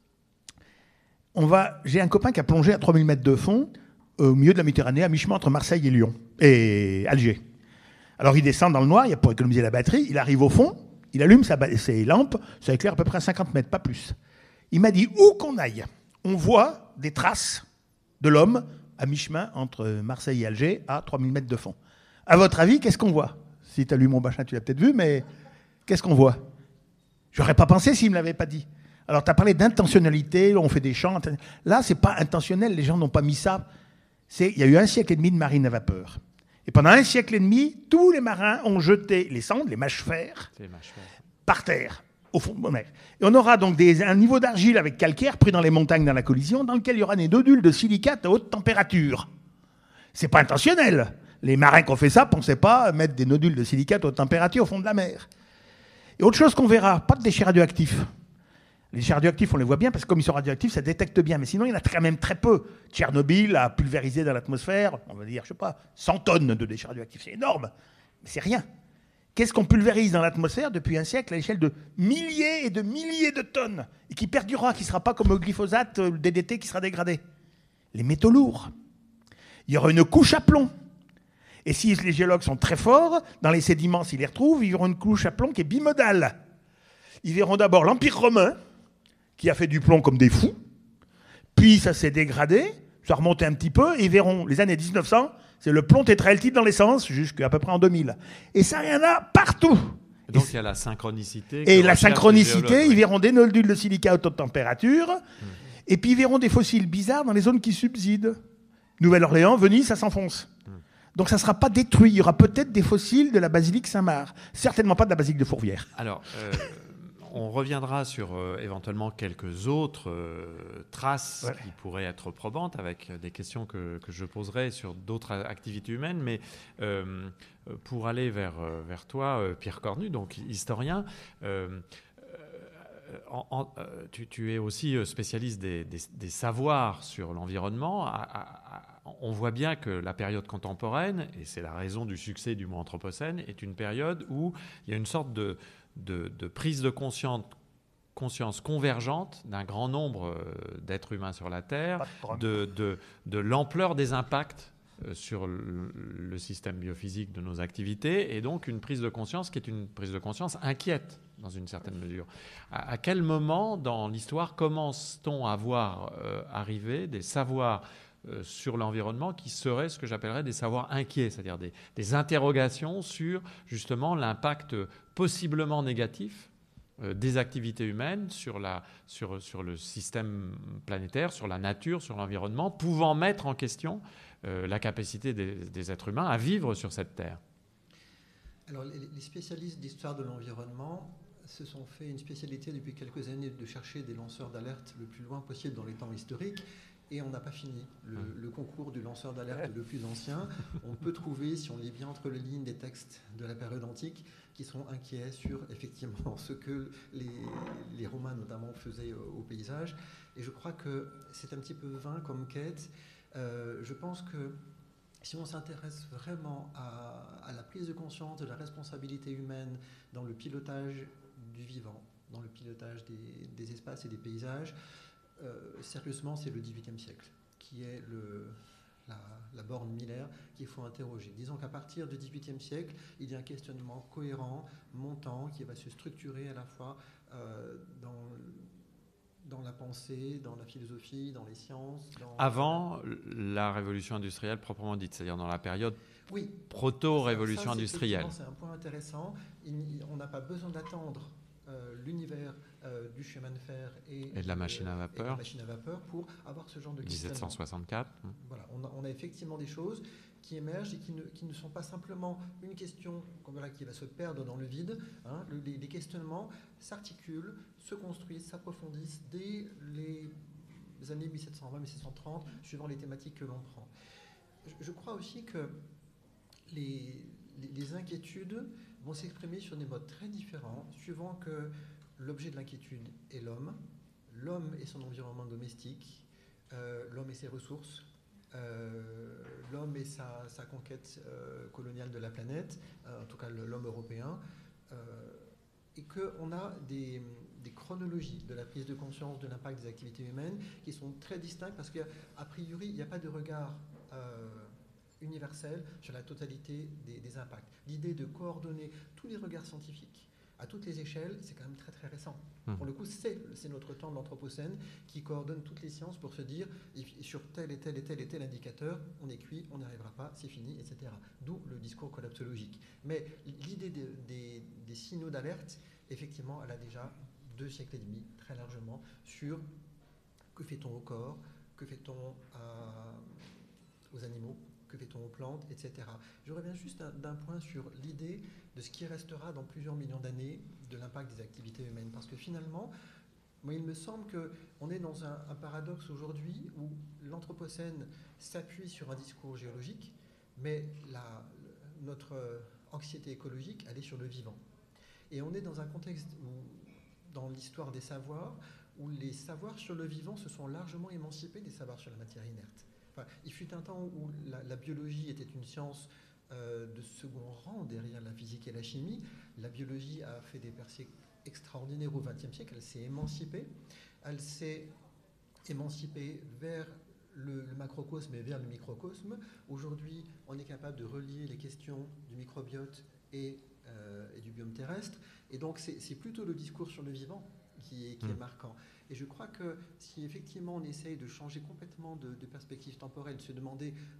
On va, j'ai un copain qui a plongé à trois mille mètres de fond, au milieu de la Méditerranée, à mi-chemin entre Marseille et Lyon, et Alger. Alors il descend dans le noir, pour économiser la batterie, il arrive au fond, il allume sa, ses lampes, ça éclaire à peu près à cinquante mètres, pas plus. Il m'a dit, où qu'on aille, on voit des traces de l'homme à mi-chemin entre Marseille et Alger, à trois mille mètres de fond. À votre avis, qu'est-ce qu'on voit? Si tu as lu mon machin, tu l'as peut-être vu, mais qu'est-ce qu'on voit? J'aurais pas pensé s'il ne me l'avait pas dit. Alors tu as parlé d'intentionnalité, on fait des champs. Là, c'est pas intentionnel, les gens n'ont pas mis ça. C'est, il y a eu un siècle et demi de marine à vapeur. Et pendant un siècle et demi, tous les marins ont jeté les cendres, les mâches-fer, par terre, au fond de la mer. Et on aura donc des, un niveau d'argile avec calcaire pris dans les montagnes dans la collision, dans lequel il y aura des nodules de silicate à haute température. C'est pas intentionnel. Les marins qui ont fait ça ne pensaient pas mettre des nodules de silicate à haute température au fond de la mer. Et autre chose qu'on verra, pas de déchets radioactifs. Les déchets radioactifs, on les voit bien, parce que comme ils sont radioactifs, ça détecte bien. Mais sinon, il y en a quand même très peu. Tchernobyl a pulvérisé dans l'atmosphère, on va dire, je sais pas, cent tonnes de déchets radioactifs. C'est énorme, mais c'est rien. Qu'est-ce qu'on pulvérise dans l'atmosphère depuis un siècle à l'échelle de milliers et de milliers de tonnes, et qui perdurera, qui ne sera pas comme le glyphosate, le D D T qui sera dégradé? Les métaux lourds. Il y aura une couche à plomb. Et si les géologues sont très forts, dans les sédiments, s'ils les retrouvent, il y aura une couche à plomb qui est bimodale. Ils verront d'abord l'Empire romain, qui a fait du plomb comme des fous, puis ça s'est dégradé, ça a remonté un petit peu, et ils verront les années dix-neuf cents, c'est le plomb tétraélectrique dans l'essence, jusqu'à peu près en deux mille. Et ça, il y en a partout. Donc il y a la synchronicité. Et la synchronicité, ils verront des nodules de silica à haute température, mmh. et puis ils verront des fossiles bizarres dans les zones qui subsident. Nouvelle-Orléans, Venise, ça s'enfonce. Mmh. Donc ça ne sera pas détruit. Il y aura peut-être des fossiles de la basilique Saint-Marc. Certainement pas de la basilique de Fourvière. Alors, euh, on reviendra sur euh, éventuellement quelques autres euh, traces ouais. qui pourraient être probantes, avec des questions que, que je poserai sur d'autres activités humaines. Mais euh, pour aller vers, vers toi, Pierre Cornu, donc historien, euh, En, en, euh, tu, tu es aussi spécialiste des, des, des savoirs sur l'environnement. À, à, à, on voit bien que la période contemporaine, et c'est la raison du succès du mot anthropocène, est une période où il y a une sorte de, de, de prise de conscience, conscience convergente d'un grand nombre d'êtres humains sur la Terre, de, de, de l'ampleur des impacts sur le, le système biophysique de nos activités, et donc une prise de conscience qui est une prise de conscience inquiète dans une certaine mesure. À, à quel moment dans l'histoire commence-t-on à voir euh, arriver des savoirs euh, sur l'environnement qui seraient ce que j'appellerais des savoirs inquiets, c'est-à-dire des, des interrogations sur justement l'impact possiblement négatif euh, des activités humaines sur, la, sur, sur le système planétaire, sur la nature, sur l'environnement, pouvant mettre en question euh, la capacité des, des êtres humains à vivre sur cette Terre? Alors, les spécialistes d'histoire de l'environnement se sont fait une spécialité depuis quelques années de chercher des lanceurs d'alerte le plus loin possible dans les temps historiques, et on n'a pas fini. Le, le concours du lanceur d'alerte le plus ancien, on peut trouver, si on lit bien entre les lignes, des textes de la période antique qui sont inquiets sur effectivement ce que les, les Romains notamment faisaient au, au paysage. Et je crois que c'est un petit peu vain comme quête. Euh, je pense que si on s'intéresse vraiment à, à la prise de conscience de la responsabilité humaine dans le pilotage du vivant, dans le pilotage des, des espaces et des paysages, euh, sérieusement, c'est le dix-huitième siècle qui est le, la, la borne millaire qu'il faut interroger. Disons qu'à partir du dix-huitième siècle, il y a un questionnement cohérent, montant, qui va se structurer à la fois euh, dans... dans la pensée, dans la philosophie, dans les sciences. Dans... Avant la révolution industrielle proprement dite, c'est-à-dire dans la période oui, proto-révolution ça, ça, industrielle. C'est un point intéressant. Il, on n'a pas besoin d'attendre euh, l'univers euh, du chemin de fer et, et de la machine à vapeur. Et de la machine à vapeur pour avoir ce genre de questionnement. dix-sept cent soixante-quatre. Voilà, on a, on a effectivement des choses qui émergent et qui ne, qui ne sont pas simplement une question voilà, qui va se perdre dans le vide. Hein. Le, les, les questionnements s'articulent, se construisent, s'approfondissent dès les années mille sept cent vingt, mille sept cent trente, suivant les thématiques que l'on prend. Je, je crois aussi que les, les, les inquiétudes vont s'exprimer sur des modes très différents, suivant que l'objet de l'inquiétude est l'homme, l'homme et son environnement domestique, euh, l'homme et ses ressources, Euh, l'homme et sa, sa conquête euh, coloniale de la planète, euh, en tout cas l'homme européen, euh, et qu'on a des, des chronologies de la prise de conscience de l'impact des activités humaines qui sont très distinctes parce qu'a priori, il n'y a pas de regard euh, universel sur la totalité des, des impacts. L'idée de coordonner tous les regards scientifiques à toutes les échelles, c'est quand même très très récent. Mmh. Pour le coup, c'est, c'est notre temps de l'Anthropocène qui coordonne toutes les sciences pour se dire sur tel et tel et tel et tel indicateur, on est cuit, on n'y arrivera pas, c'est fini, et cetera. D'où le discours collapsologique. Mais l'idée des, des, des signaux d'alerte, effectivement, elle a déjà deux siècles et demi, très largement, sur que fait-on au corps, que fait-on à, aux animaux, que fait-on aux plantes, et cetera. Je reviens juste d'un, d'un point sur l'idée de ce qui restera dans plusieurs millions d'années de l'impact des activités humaines. Parce que finalement, moi, il me semble qu'on est dans un, un paradoxe aujourd'hui où l'Anthropocène s'appuie sur un discours géologique, mais la, notre anxiété écologique, elle est sur le vivant. Et on est dans un contexte où, dans l'histoire des savoirs, où les savoirs sur le vivant se sont largement émancipés des savoirs sur la matière inerte. Enfin, il fut un temps où la, la biologie était une science euh, de second rang derrière la physique et la chimie. La biologie a fait des percées extraordinaires au vingtième siècle. Elle s'est émancipée. Elle s'est émancipée vers le, le macrocosme et vers le microcosme. Aujourd'hui, on est capable de relier les questions du microbiote et, euh, et du biome terrestre. Et donc, c'est, c'est plutôt le discours sur le vivant qui est, qui est marquant. Et je crois que si effectivement on essaye de changer complètement de, de perspective temporelle, de se demander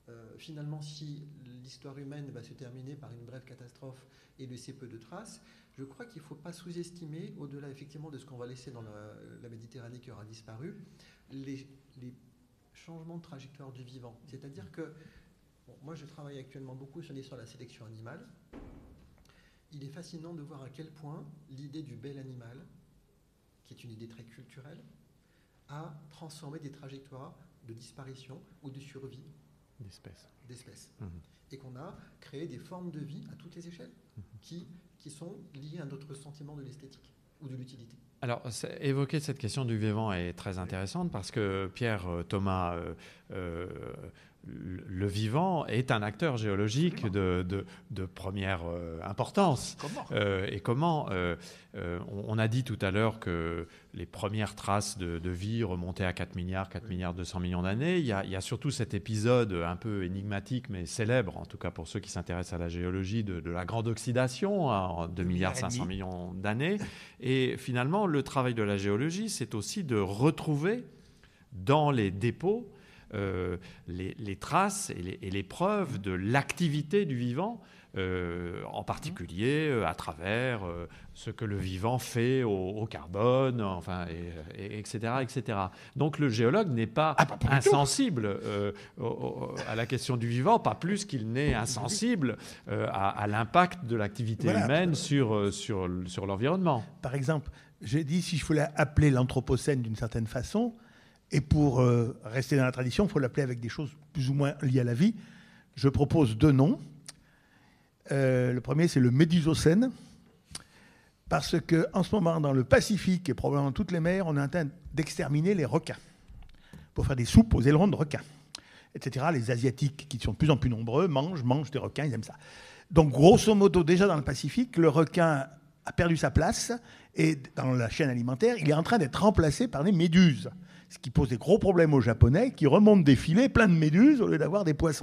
euh, finalement, si l'histoire humaine va se terminer par une brève catastrophe et laisser peu de traces, je crois qu'il ne faut pas sous-estimer, au-delà effectivement de ce qu'on va laisser dans la, la Méditerranée qui aura disparu, les, les changements de trajectoire du vivant. C'est-à-dire que, bon, moi je travaille actuellement beaucoup sur l'histoire de la sélection animale. Il est fascinant de voir à quel point l'idée du bel animal, qui est une idée très culturelle, a transformé des trajectoires de disparition ou de survie d'espèces. d'espèces. Mmh. Et qu'on a créé des formes de vie à toutes les échelles mmh. qui, qui sont liées à notre sentiment de l'esthétique ou de l'utilité. Alors, évoquer cette question du vivant est très intéressante parce que Pierre Thomas, euh, euh, le vivant est un acteur géologique de, de, de première euh, importance. Comment euh, Et comment euh, euh, on a dit tout à l'heure que les premières traces de, de vie remontaient à quatre milliards, quatre milliards deux cents millions d'années. Il y a, il y a surtout cet épisode un peu énigmatique, mais célèbre, en tout cas pour ceux qui s'intéressent à la géologie, de, de la grande oxydation en deux milliards cinq cents millions d'années. Et finalement, le travail de la géologie, c'est aussi de retrouver dans les dépôts Euh, les, les traces et les, et les preuves de l'activité du vivant, euh, en particulier euh, à travers euh, ce que le vivant fait au, au carbone, enfin, et, et, etc., et cetera. Donc le géologue n'est pas, ah, pas insensible euh, au, au, à la question du vivant, pas plus qu'il n'est insensible euh, à, à l'impact de l'activité voilà. humaine sur, sur, sur l'environnement. Par exemple, j'ai dit si je voulais appeler l'Anthropocène d'une certaine façon, et pour euh, rester dans la tradition, il faut l'appeler avec des choses plus ou moins liées à la vie. Je propose deux noms. Euh, le premier, c'est le Médusocène, parce qu'en ce moment, dans le Pacifique et probablement dans toutes les mers, on est en train d'exterminer les requins pour faire des soupes aux ailerons de requins, et cetera. Les Asiatiques, qui sont de plus en plus nombreux, mangent, mangent des requins, ils aiment ça. Donc, grosso modo, déjà dans le Pacifique, le requin a perdu sa place, et dans la chaîne alimentaire, il est en train d'être remplacé par des méduses, ce qui pose des gros problèmes aux Japonais qui remontent des filets pleins de méduses au lieu d'avoir des poissons.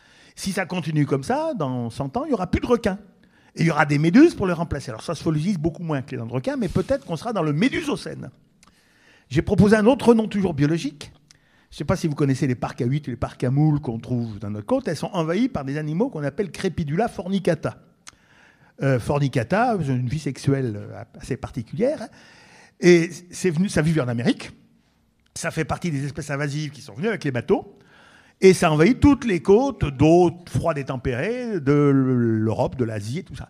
Si ça continue comme ça, dans cent ans, il n'y aura plus de requins. Et il y aura des méduses pour les remplacer. Alors ça se fossile beaucoup moins que les dents de requin, mais peut-être qu'on sera dans le Médusocène. J'ai proposé un autre nom toujours biologique. Je ne sais pas si vous connaissez les parcs à huîtres et les parcs à moules qu'on trouve dans notre côte. Elles sont envahies par des animaux qu'on appelle Crepidula fornicata. Euh, fornicata, ils ont une vie sexuelle assez particulière. Et c'est venu, ça vit en Amérique. Ça fait partie des espèces invasives qui sont venues avec les bateaux. Et ça envahit toutes les côtes d'eau froide et tempérée de l'Europe, de l'Asie et tout ça.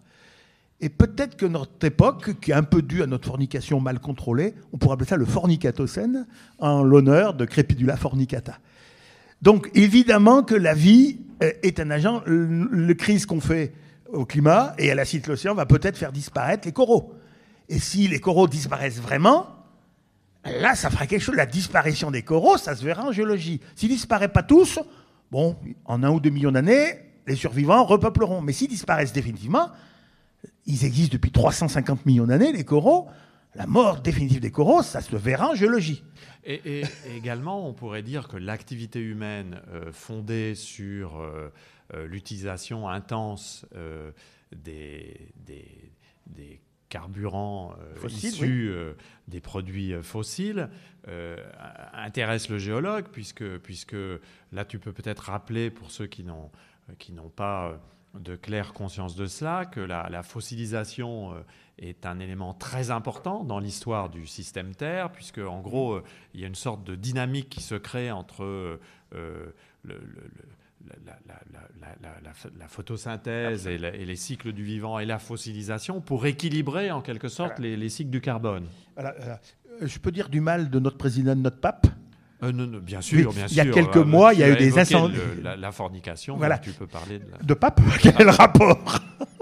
Et peut-être que notre époque, qui est un peu due à notre fornication mal contrôlée, on pourrait appeler ça le fornicatocène, en l'honneur de Crepidula fornicata. Donc évidemment que la vie est un agent. Le crise qu'on fait au climat et à l'acide de l'océan va peut-être faire disparaître les coraux. Et si les coraux disparaissent vraiment, là, ça fera quelque chose. La disparition des coraux, ça se verra en géologie. S'ils ne disparaissent pas tous, bon, en un ou deux millions d'années, les survivants repeupleront. Mais s'ils disparaissent définitivement, ils existent depuis trois cent cinquante millions d'années, les coraux. La mort définitive des coraux, ça se verra en géologie. Et, et, et également, on pourrait dire que l'activité humaine euh, fondée sur euh, euh, l'utilisation intense euh, des, des, des carburants euh, Fossiles, issus oui. euh, des produits fossiles euh, intéresse le géologue, puisque, puisque là, tu peux peut-être rappeler, pour ceux qui n'ont, qui n'ont pas de claire conscience de cela, que la, la fossilisation euh, est un élément très important dans l'histoire du système Terre, puisque en gros, euh, il y a une sorte de dynamique qui se crée entre euh, le, le, le La, la, la, la, la, la photosynthèse et, la, et les cycles du vivant et la fossilisation pour équilibrer en quelque sorte voilà. les, les cycles du carbone. Voilà, voilà. Je peux dire du mal de notre président, de notre pape euh, non, non, bien sûr, oui, bien il y a sûr. quelques euh, mois, il y a eu des incendies. Le, la, la fornication, voilà. Tu peux parler de, la... de pape. Quel rapport?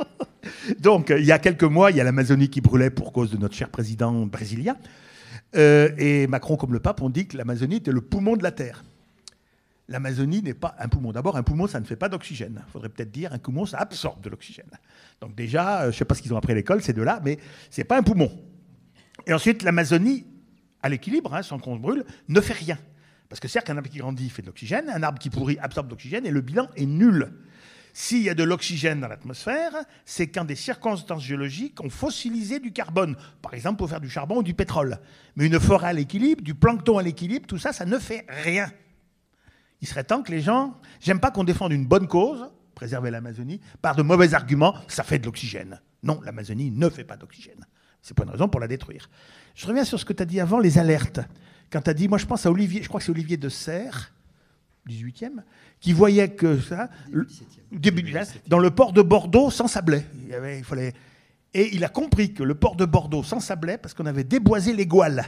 Donc, il y a quelques mois, il y a l'Amazonie qui brûlait pour cause de notre cher président brésilien. Euh, et Macron, comme le pape, ont dit que l'Amazonie était le poumon de la Terre. L'Amazonie n'est pas un poumon. D'abord, un poumon, ça ne fait pas d'oxygène. Il faudrait peut-être dire un poumon, ça absorbe de l'oxygène. Donc déjà, je ne sais pas ce qu'ils ont appris à l'école, ces deux-là, mais ce n'est pas un poumon. Et ensuite, l'Amazonie, à l'équilibre, hein, sans qu'on se brûle, ne fait rien. Parce que certes, qu'un arbre qui grandit fait de l'oxygène, un arbre qui pourrit absorbe de l'oxygène, et le bilan est nul. S'il y a de l'oxygène dans l'atmosphère, c'est quand des circonstances géologiques ont fossilisé du carbone. Par exemple, pour faire du charbon ou du pétrole. Mais une forêt à l'équilibre, du plancton à l'équilibre, tout ça, ça ne fait rien. Il serait temps que les gens... J'aime pas qu'on défende une bonne cause, préserver l'Amazonie, par de mauvais arguments, ça fait de l'oxygène. Non, l'Amazonie ne fait pas d'oxygène. C'est pas une raison pour la détruire. Je reviens sur ce que tu as dit avant, les alertes. Quand tu as dit, moi je pense à Olivier, je crois que c'est Olivier de Serres, dix-huitième, qui voyait que ça, début du dans le port de Bordeaux, sans sablait. Il, y avait, il fallait, et il a compris que le port de Bordeaux sans sablait parce qu'on avait déboisé les Gouales.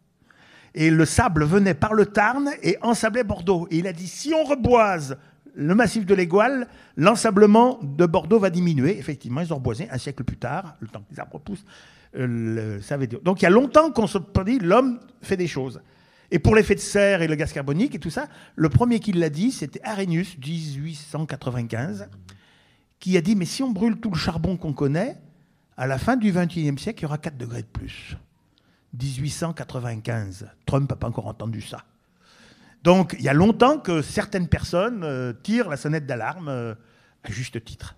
Et le sable venait par le Tarn et ensablait Bordeaux. Et il a dit, si on reboise le massif de l'Égoile, l'ensablement de Bordeaux va diminuer. Effectivement, ils ont reboisé un siècle plus tard, le temps que les arbres poussent. Euh, le, ça avait dit. Donc il y a longtemps qu'on se dit, l'homme fait des choses. Et pour l'effet de serre et le gaz carbonique et tout ça, le premier qui l'a dit, c'était Arrhenius, dix-huit cent quatre-vingt-quinze, qui a dit, mais si on brûle tout le charbon qu'on connaît, à la fin du vingt et unième siècle, il y aura quatre degrés de plus. dix-huit cent quatre-vingt-quinze. Trump n'a pas encore entendu ça. Donc, il y a longtemps que certaines personnes euh, tirent la sonnette d'alarme euh, à juste titre.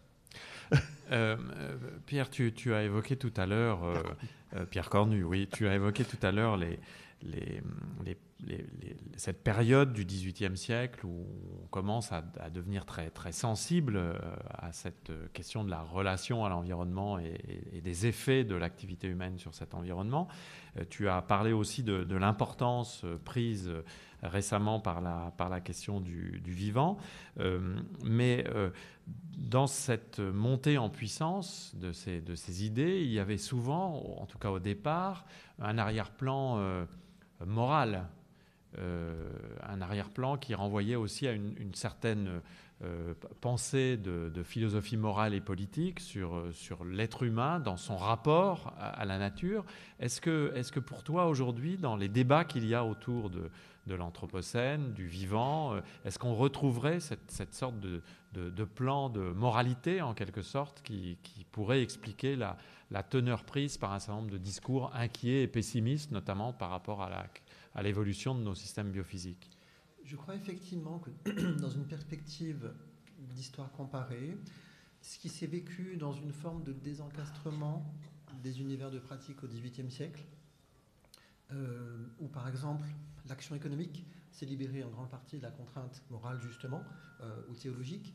euh, Pierre, tu, tu as évoqué tout à l'heure, euh, euh, Pierre Cornu, oui, tu as évoqué tout à l'heure les, les, les, les, les, cette période du dix-huitième siècle où on commence à, à devenir très, très sensible euh, à cette question de la relation à l'environnement et, et, et des effets de l'activité humaine sur cet environnement. Euh, tu as parlé aussi de, de l'importance euh, prise euh, récemment par la, par la question du, du vivant. Euh, mais euh, dans cette montée en puissance de ces, de ces idées, il y avait souvent, en tout cas au départ, un arrière-plan euh, moral, euh, un arrière-plan qui renvoyait aussi à une, une certaine euh, pensée de, de philosophie morale et politique sur, sur l'être humain dans son rapport à, à la nature. Est-ce que, est-ce que pour toi aujourd'hui, dans les débats qu'il y a autour de de l'anthropocène, du vivant, est-ce qu'on retrouverait cette, cette sorte de, de, de plan de moralité, en quelque sorte, qui, qui pourrait expliquer la, la teneur prise par un certain nombre de discours inquiets et pessimistes, notamment par rapport à, la, à l'évolution de nos systèmes biophysiques? Je crois effectivement que dans une perspective d'histoire comparée, ce qui s'est vécu dans une forme de désencastrement des univers de pratique au dix-huitième siècle, Euh, où par exemple l'action économique s'est libérée en grande partie de la contrainte morale justement euh, ou théologique.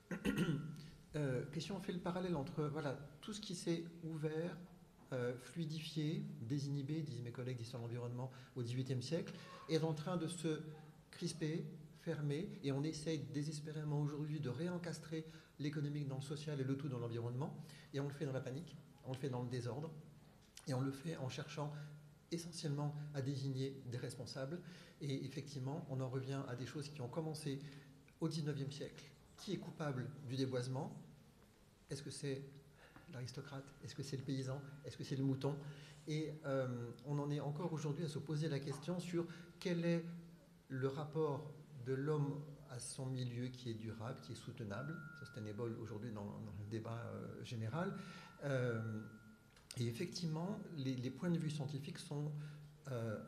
euh, question on fait le parallèle entre voilà, tout ce qui s'est ouvert, euh, fluidifié, désinhibé, disent mes collègues d'histoire de l'environnement au dix-huitième siècle, est en train de se crisper, fermer, et on essaye désespérément aujourd'hui de réencastrer l'économique dans le social et le tout dans l'environnement, et on le fait dans la panique, on le fait dans le désordre, et on le fait en cherchant essentiellement à désigner des responsables. Et effectivement, on en revient à des choses qui ont commencé au dix-neuvième siècle. Qui est coupable du déboisement? Est-ce que c'est l'aristocrate? Est-ce que c'est le paysan? Est-ce que c'est le mouton? Et euh, on en est encore aujourd'hui à se poser la question sur quel est le rapport de l'homme à son milieu qui est durable, qui est soutenable, sustainable aujourd'hui dans, dans le débat euh, général. Euh, Et effectivement, les, les points de vue scientifiques sont euh,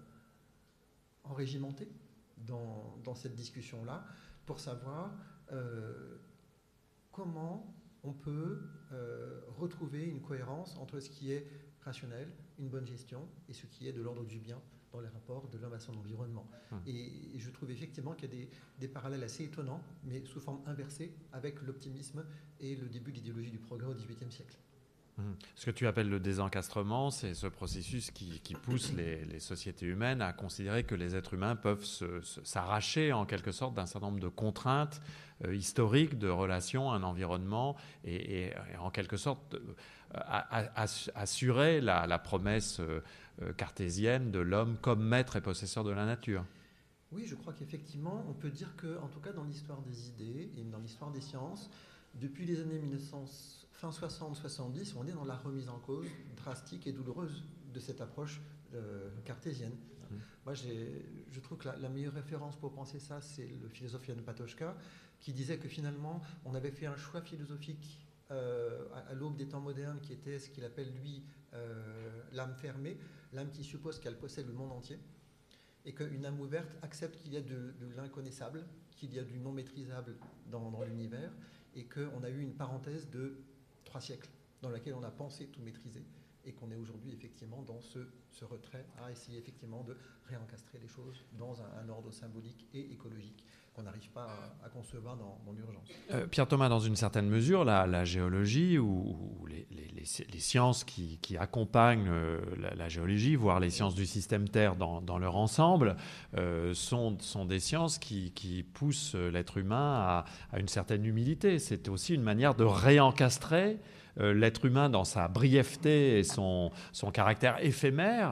enrégimentés dans, dans cette discussion-là pour savoir euh, comment on peut euh, retrouver une cohérence entre ce qui est rationnel, une bonne gestion, et ce qui est de l'ordre du bien dans les rapports de l'homme à son environnement. Hum. Et, et je trouve effectivement qu'il y a des, des parallèles assez étonnants, mais sous forme inversée, avec l'optimisme et le début de l'idéologie du progrès au dix-huitième siècle. Ce que tu appelles le désencasтрement, c'est ce processus qui, qui pousse les, les sociétés humaines à considérer que les êtres humains peuvent se, se, s'arracher en quelque sorte d'un certain nombre de contraintes euh, historiques de relations à un environnement et, et, et en quelque sorte euh, à, à, à, assurer la, la promesse euh, cartésienne de l'homme comme maître et possesseur de la nature. Oui, je crois qu'effectivement, on peut dire que, en tout cas dans l'histoire des idées et dans l'histoire des sciences, depuis les années mille neuf cents, fin soixante soixante-dix, on est dans la remise en cause drastique et douloureuse de cette approche euh, cartésienne. Mmh. Moi, j'ai, je trouve que la, la meilleure référence pour penser ça, c'est le philosophe Jan Patočka, qui disait que finalement, on avait fait un choix philosophique euh, à, à l'aube des temps modernes, qui était ce qu'il appelle, lui, euh, l'âme fermée, l'âme qui suppose qu'elle possède le monde entier, et qu'une âme ouverte accepte qu'il y a de, de l'inconnaissable, qu'il y a du non maîtrisable dans, dans l'univers, et qu'on a eu une parenthèse de trois siècles dans laquelle on a pensé tout maîtriser et qu'on est aujourd'hui effectivement dans ce, ce retrait à essayer effectivement de réencastrer les choses dans un, un ordre symbolique et écologique qu'on n'arrive pas à, à concevoir dans, dans l'urgence. Euh, Pierre Thomas, dans une certaine mesure, la, la géologie ou, ou les, les, les, les sciences qui, qui accompagnent euh, la, la géologie, voire les sciences du système Terre dans, dans leur ensemble, euh, sont, sont des sciences qui, qui poussent l'être humain à, à une certaine humilité. C'est aussi une manière de réencastrer euh, l'être humain dans sa brièveté et son, son caractère éphémère,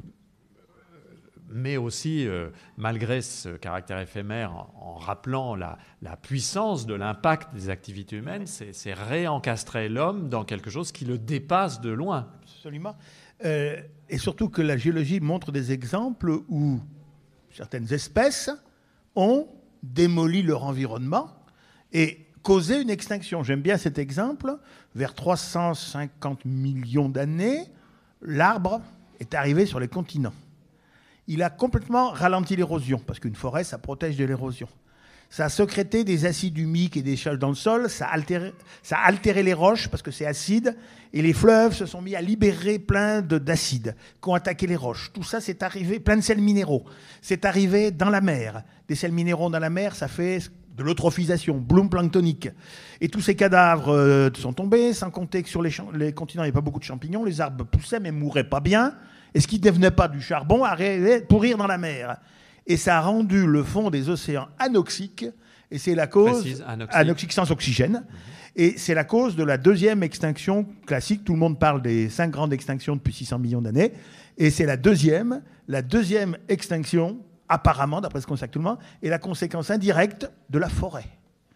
mais aussi, euh, malgré ce caractère éphémère, en, en rappelant la, la puissance de l'impact des activités humaines, c'est, c'est réencastrer l'homme dans quelque chose qui le dépasse de loin. Absolument. Euh, et surtout que la géologie montre des exemples où certaines espèces ont démoli leur environnement et causé une extinction. J'aime bien cet exemple. Vers trois cent cinquante millions d'années, l'arbre est arrivé sur les continents. Il a complètement ralenti l'érosion, parce qu'une forêt, ça protège de l'érosion. Ça a sécrété des acides humiques et des charges dans le sol, ça a altéré, ça a altéré les roches, parce que c'est acide, et les fleuves se sont mis à libérer plein de, d'acides qui ont attaqué les roches. Tout ça, c'est arrivé, plein de sels minéraux. C'est arrivé dans la mer. Des sels minéraux dans la mer, ça fait de l'eutrophisation, bloom planctonique. Et tous ces cadavres euh, sont tombés, sans compter que sur les, champ- les continents, il n'y avait pas beaucoup de champignons, les arbres poussaient, mais ne mouraient pas bien. Et ce qui ne venait pas du charbon arrivait pourrir dans la mer. Et ça a rendu le fond des océans anoxique. Et c'est la cause... Précise, anoxique. Anoxique sans oxygène. Mmh. Et c'est la cause de la deuxième extinction classique. Tout le monde parle des cinq grandes extinctions depuis six cents millions d'années. Et c'est la deuxième, la deuxième extinction, apparemment, d'après ce qu'on sait actuellement, est la conséquence indirecte de la forêt.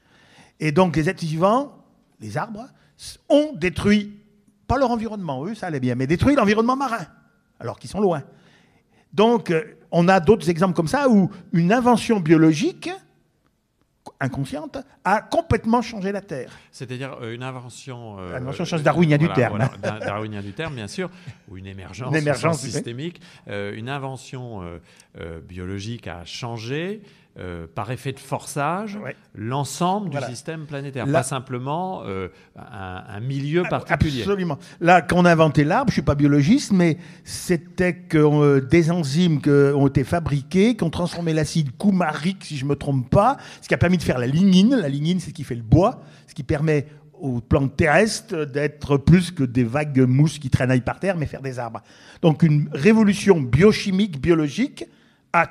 Et donc les êtres vivants, les arbres, ont détruit, pas leur environnement, eux, ça allait bien, mais détruit l'environnement marin, alors qu'ils sont loin. Donc, on a d'autres exemples comme ça où une invention biologique inconsciente a complètement changé la Terre. C'est-à-dire euh, une invention... Euh, invention change darwinien voilà, du terme. Voilà, darwinien du terme, bien sûr, ou une émergence, une émergence systémique. Euh, une invention euh, euh, biologique a changé, euh, par effet de forçage, ouais. l'ensemble voilà. du système planétaire. Là, pas simplement euh, un, un milieu particulier. Absolument. Là, quand on a inventé l'arbre, je ne suis pas biologiste, mais c'était que euh, des enzymes que, ont été fabriquées, qui ont transformé l'acide coumarique, si je ne me trompe pas, ce qui a permis de faire la lignine. La lignine, c'est ce qui fait le bois, ce qui permet aux plantes terrestres d'être plus que des vagues mousses qui traînaillent par terre, mais faire des arbres. Donc une révolution biochimique, biologique, a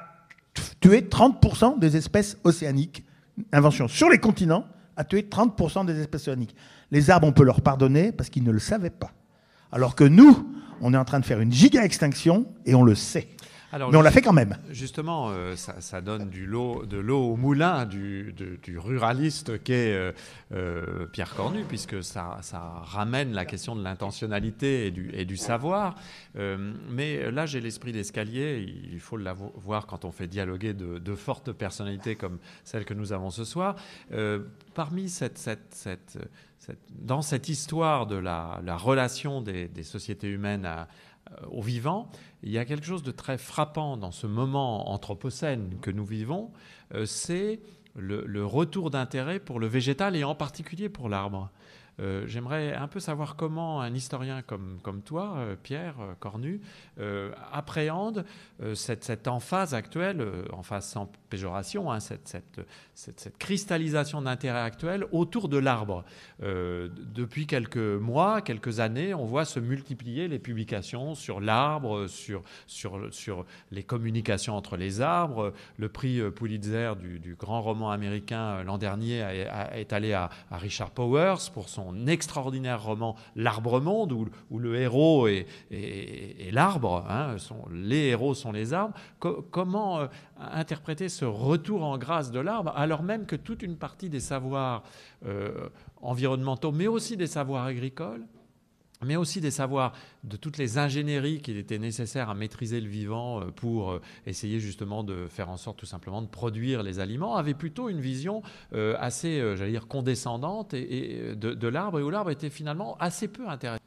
tué trente pour cent des espèces océaniques. Invention sur les continents a tué trente pour cent des espèces océaniques. Les arbres, on peut leur pardonner parce qu'ils ne le savaient pas. Alors que nous, on est en train de faire une giga-extinction et on le sait. Alors, mais on l'a fait quand même. Justement, euh, ça, ça donne du lot, de l'eau au moulin du, de, du ruraliste qu'est euh, euh, Pierre Cornu, puisque ça, ça ramène la question de l'intentionnalité et du, et du savoir. Euh, mais là, j'ai l'esprit d'escalier. Il faut le voir quand on fait dialoguer de, de fortes personnalités comme celle que nous avons ce soir. Euh, parmi cette, cette, cette, cette, dans cette histoire de la, la relation des, des sociétés humaines à au vivant, il y a quelque chose de très frappant dans ce moment anthropocène que nous vivons, euh, c'est le, le retour d'intérêt pour le végétal et en particulier pour l'arbre. Euh, j'aimerais un peu savoir comment un historien comme, comme toi, euh, Pierre euh, Cornu, euh, appréhende euh, cette, cette emphase actuelle, euh, emphase sans péjoration, hein, cette, cette, cette, cette cristallisation d'intérêt actuel autour de l'arbre. Euh, depuis quelques mois, quelques années, on voit se multiplier les publications sur l'arbre, sur, sur, sur les communications entre les arbres. Le prix Pulitzer du, du grand roman américain l'an dernier a, a, est allé à, à Richard Powers pour son extraordinaire roman L'Arbre-Monde, où, où le héros est, est, est l'arbre, hein, sont, les héros sont les arbres. Co- comment euh, interpréter ce retour en grâce de l'arbre, alors même que toute une partie des savoirs euh, environnementaux, mais aussi des savoirs agricoles, mais aussi des savoirs de toutes les ingénieries qu'il était nécessaire à maîtriser le vivant pour essayer justement de faire en sorte tout simplement de produire les aliments, avait plutôt une vision euh, assez, euh, j'allais dire, condescendante et, et de, de l'arbre, et où l'arbre était finalement assez peu intéressant.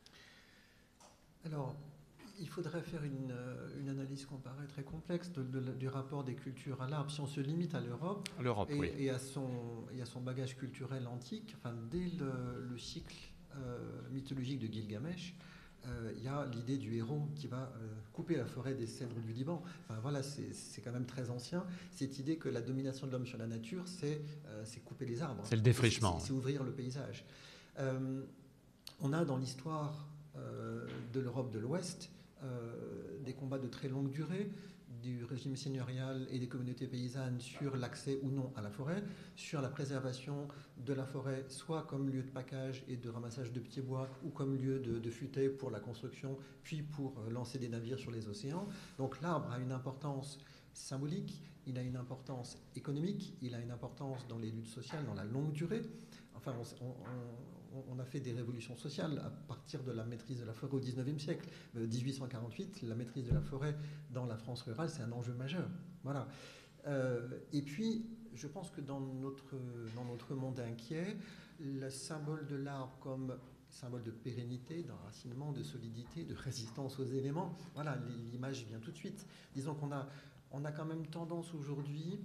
Alors, il faudrait faire une, une analyse comparée très complexe de, de, du rapport des cultures à l'arbre. Si on se limite à l'Europe, L'Europe et, oui. et, à son, et à son bagage culturel antique, enfin, dès le, le cycle Euh, mythologique de Gilgamesh, euh, il y a l'idée du héros qui va euh, couper la forêt des cèdres du Liban. Enfin, voilà, c'est, c'est quand même très ancien. Cette idée que la domination de l'homme sur la nature, c'est, euh, c'est couper les arbres. C'est le défrichement. C'est, c'est, c'est ouvrir le paysage. Euh, on a dans l'histoire euh, de l'Europe de l'Ouest euh, des combats de très longue durée du régime seigneurial et des communautés paysannes sur l'accès ou non à la forêt, sur la préservation de la forêt, soit comme lieu de package et de ramassage de petits bois, ou comme lieu de, de futaie pour la construction, puis pour lancer des navires sur les océans. Donc l'arbre a une importance symbolique, il a une importance économique, il a une importance dans les luttes sociales, dans la longue durée. Enfin, on, on, on a fait des révolutions sociales à partir de la maîtrise de la forêt au dix-neuvième siècle. dix-huit cent quarante-huit, la maîtrise de la forêt dans la France rurale, c'est un enjeu majeur. Voilà. Euh, et puis, je pense que dans notre, dans notre monde inquiet, le symbole de l'arbre comme symbole de pérennité, d'enracinement, de solidité, de résistance aux éléments, voilà, l'image vient tout de suite. Disons qu'on a, on a quand même tendance aujourd'hui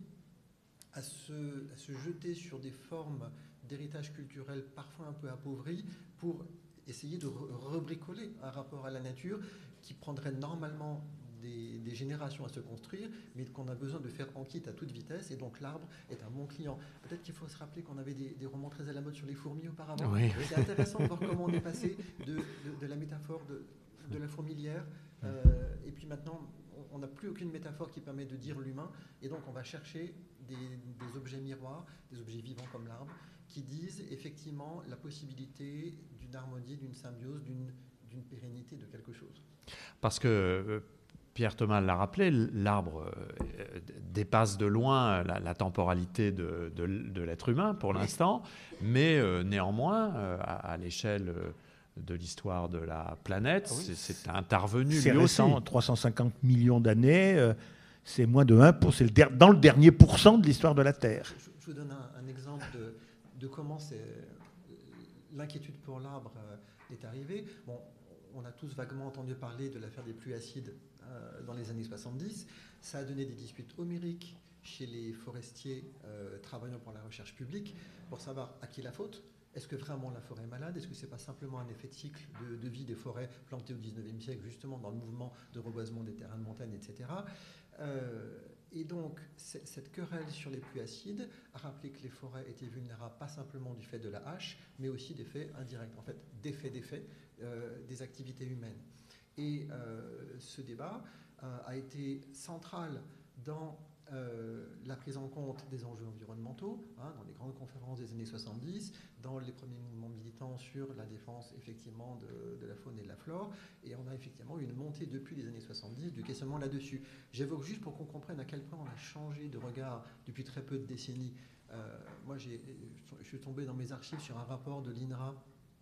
à se, à se jeter sur des formes d'héritage culturel parfois un peu appauvri pour essayer de rebricoler un rapport à la nature qui prendrait normalement des, des générations à se construire, mais qu'on a besoin de faire en kit à toute vitesse, et donc l'arbre est un bon client. Peut-être qu'il faut se rappeler qu'on avait des, des romans très à la mode sur les fourmis auparavant. Oui. C'est intéressant de voir comment on est passé de, de, de la métaphore de, de la fourmilière, euh, et puis maintenant on n'a plus aucune métaphore qui permet de dire l'humain, et donc on va chercher des, des objets miroirs, des objets vivants comme l'arbre, qui disent effectivement la possibilité d'une harmonie, d'une symbiose, d'une, d'une pérennité de quelque chose. Parce que euh, Pierre Thomas l'a rappelé, l'arbre euh, dépasse de loin la, la temporalité de, de, de l'être humain pour l'instant, mais euh, néanmoins, euh, à, à l'échelle euh, de l'histoire de la planète, ah oui. c'est, c'est intervenu c'est lui récent, aussi. trois cent cinquante millions d'années, euh, c'est moins de un pour cent, c'est le der, dans le dernier pourcent de l'histoire de la Terre. Je, je vous donne un, un exemple de, de comment c'est, l'inquiétude pour l'arbre euh, est arrivée. Bon, on a tous vaguement entendu parler de l'affaire des pluies acides euh, dans les années soixante-dix. Ça a donné des disputes homériques chez les forestiers euh, travaillant pour la recherche publique pour savoir à qui la faute. Est-ce que vraiment la forêt est malade? Est-ce que ce n'est pas simplement un effet de cycle de, de vie des forêts plantées au dix-neuvième siècle, justement dans le mouvement de reboisement des terrains de montagne, et cetera. Euh, et donc, cette querelle sur les pluies acides a rappelé que les forêts étaient vulnérables, pas simplement du fait de la hache, mais aussi des faits indirects, en fait, d'effets d'effets euh, des activités humaines. Et euh, ce débat euh, a été central dans Euh, la prise en compte des enjeux environnementaux, hein, dans les grandes conférences des années soixante-dix, dans les premiers mouvements militants sur la défense effectivement de, de la faune et de la flore, et on a effectivement une montée depuis les années soixante-dix du questionnement là-dessus. J'évoque juste pour qu'on comprenne à quel point on a changé de regard depuis très peu de décennies. Euh, moi, j'ai, je suis tombé dans mes archives sur un rapport de l'I N R A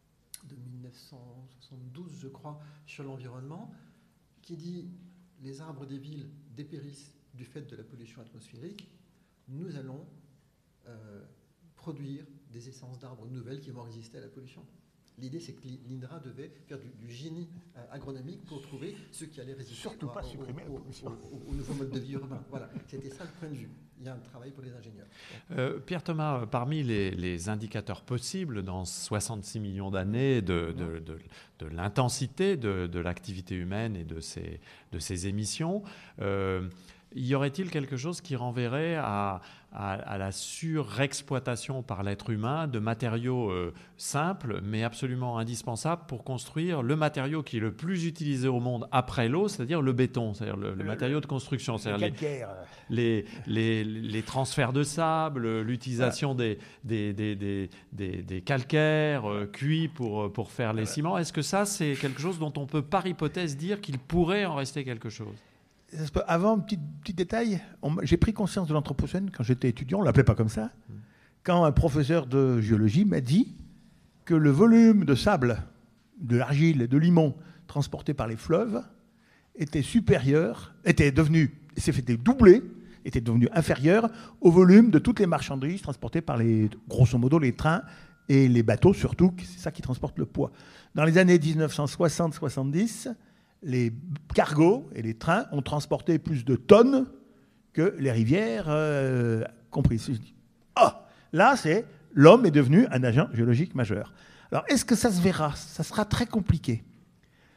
de dix-neuf cent soixante-douze, je crois, sur l'environnement, qui dit « les arbres des villes dépérissent du fait de la pollution atmosphérique, nous allons euh, produire des essences d'arbres nouvelles qui vont résister à la pollution. » L'idée, c'est que l'I N R A devait faire du, du génie euh, agronomique pour trouver ce qui allait résister Surtout pas au, supprimer au, la pollution. au, au, au nouveau mode de vie urbain. Voilà, c'était ça le point de vue. Il y a un travail pour les ingénieurs. Euh, Pierre Thomas, parmi les, les indicateurs possibles dans soixante-six millions d'années de, de, de, de l'intensité de, de l'activité humaine et de ses, de ses émissions, euh, y aurait-il quelque chose qui renverrait à, à, à la surexploitation par l'être humain de matériaux euh, simples, mais absolument indispensables pour construire le matériau qui est le plus utilisé au monde après l'eau, c'est-à-dire le béton, c'est-à-dire le, le, le matériau de construction, c'est-à-dire les, les, les, les transferts de sable, l'utilisation des, des, des, des, des, des calcaires euh, cuits pour, pour faire les ciments. Est-ce que ça, c'est quelque chose dont on peut par hypothèse dire qu'il pourrait en rester quelque chose ? Avant, petit, petit détail, on, j'ai pris conscience de l'anthropocène quand j'étais étudiant, on ne l'appelait pas comme ça, quand un professeur de géologie m'a dit que le volume de sable, de l'argile et de limon transporté par les fleuves était supérieur, était devenu, s'est fait doubler, était devenu inférieur au volume de toutes les marchandises transportées par les, grosso modo, les trains et les bateaux surtout, c'est ça qui transporte le poids. Dans les années dix-neuf cent soixante soixante-dix, les cargos et les trains ont transporté plus de tonnes que les rivières euh, comprises. Ah, là, c'est l'homme est devenu un agent géologique majeur. Alors, est-ce que ça se verra ? Ça sera très compliqué.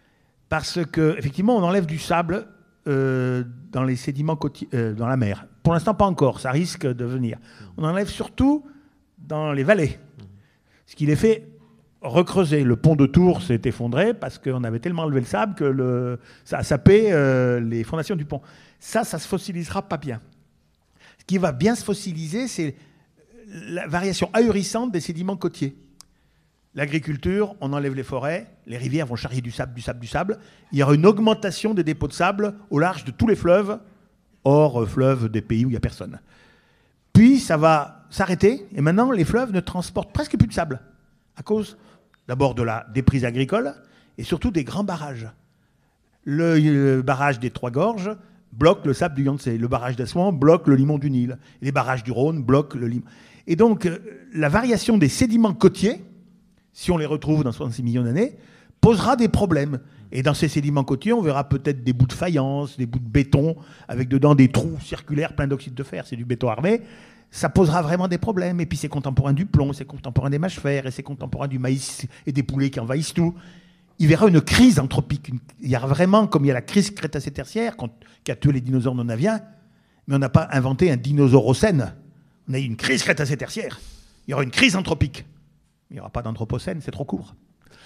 Parce qu'effectivement, on enlève du sable euh, dans les sédiments côtiers, euh, dans la mer. Pour l'instant, pas encore. Ça risque de venir. On enlève surtout dans les vallées. Ce qui les fait recreuser. Le pont de Tours s'est effondré parce qu'on avait tellement enlevé le sable que le, ça a sapé euh, les fondations du pont. Ça, ça se fossilisera pas bien. Ce qui va bien se fossiliser, c'est la variation ahurissante des sédiments côtiers. L'agriculture, on enlève les forêts, les rivières vont charrier du sable, du sable, du sable. Il y aura une augmentation des dépôts de sable au large de tous les fleuves, hors euh, fleuves des pays où il n'y a personne. Puis ça va s'arrêter, et maintenant les fleuves ne transportent presque plus de sable, à cause d'abord de la déprise agricole, et surtout des grands barrages. Le, le barrage des Trois Gorges bloque le sable du Yangtze, le barrage d'Assouan bloque le limon du Nil, les barrages du Rhône bloquent le limon. Et donc euh, la variation des sédiments côtiers, si on les retrouve dans soixante-six millions d'années, posera des problèmes. Et dans ces sédiments côtiers, on verra peut-être des bouts de faïence, des bouts de béton, avec dedans des trous circulaires pleins d'oxyde de fer, c'est du béton armé. Ça posera vraiment des problèmes. Et puis c'est contemporain du plomb, c'est contemporain des mâches-fer, et c'est contemporain du maïs et des poulets qui envahissent tout. Il verra une crise anthropique. Une... Il y aura vraiment, comme il y a la crise crétacé-tertiaire, qui a tué les dinosaures non aviens, mais on n'a pas inventé un dinosaurocène. On a eu une crise crétacé-tertiaire. Il y aura une crise anthropique. Il n'y aura pas d'anthropocène, c'est trop court.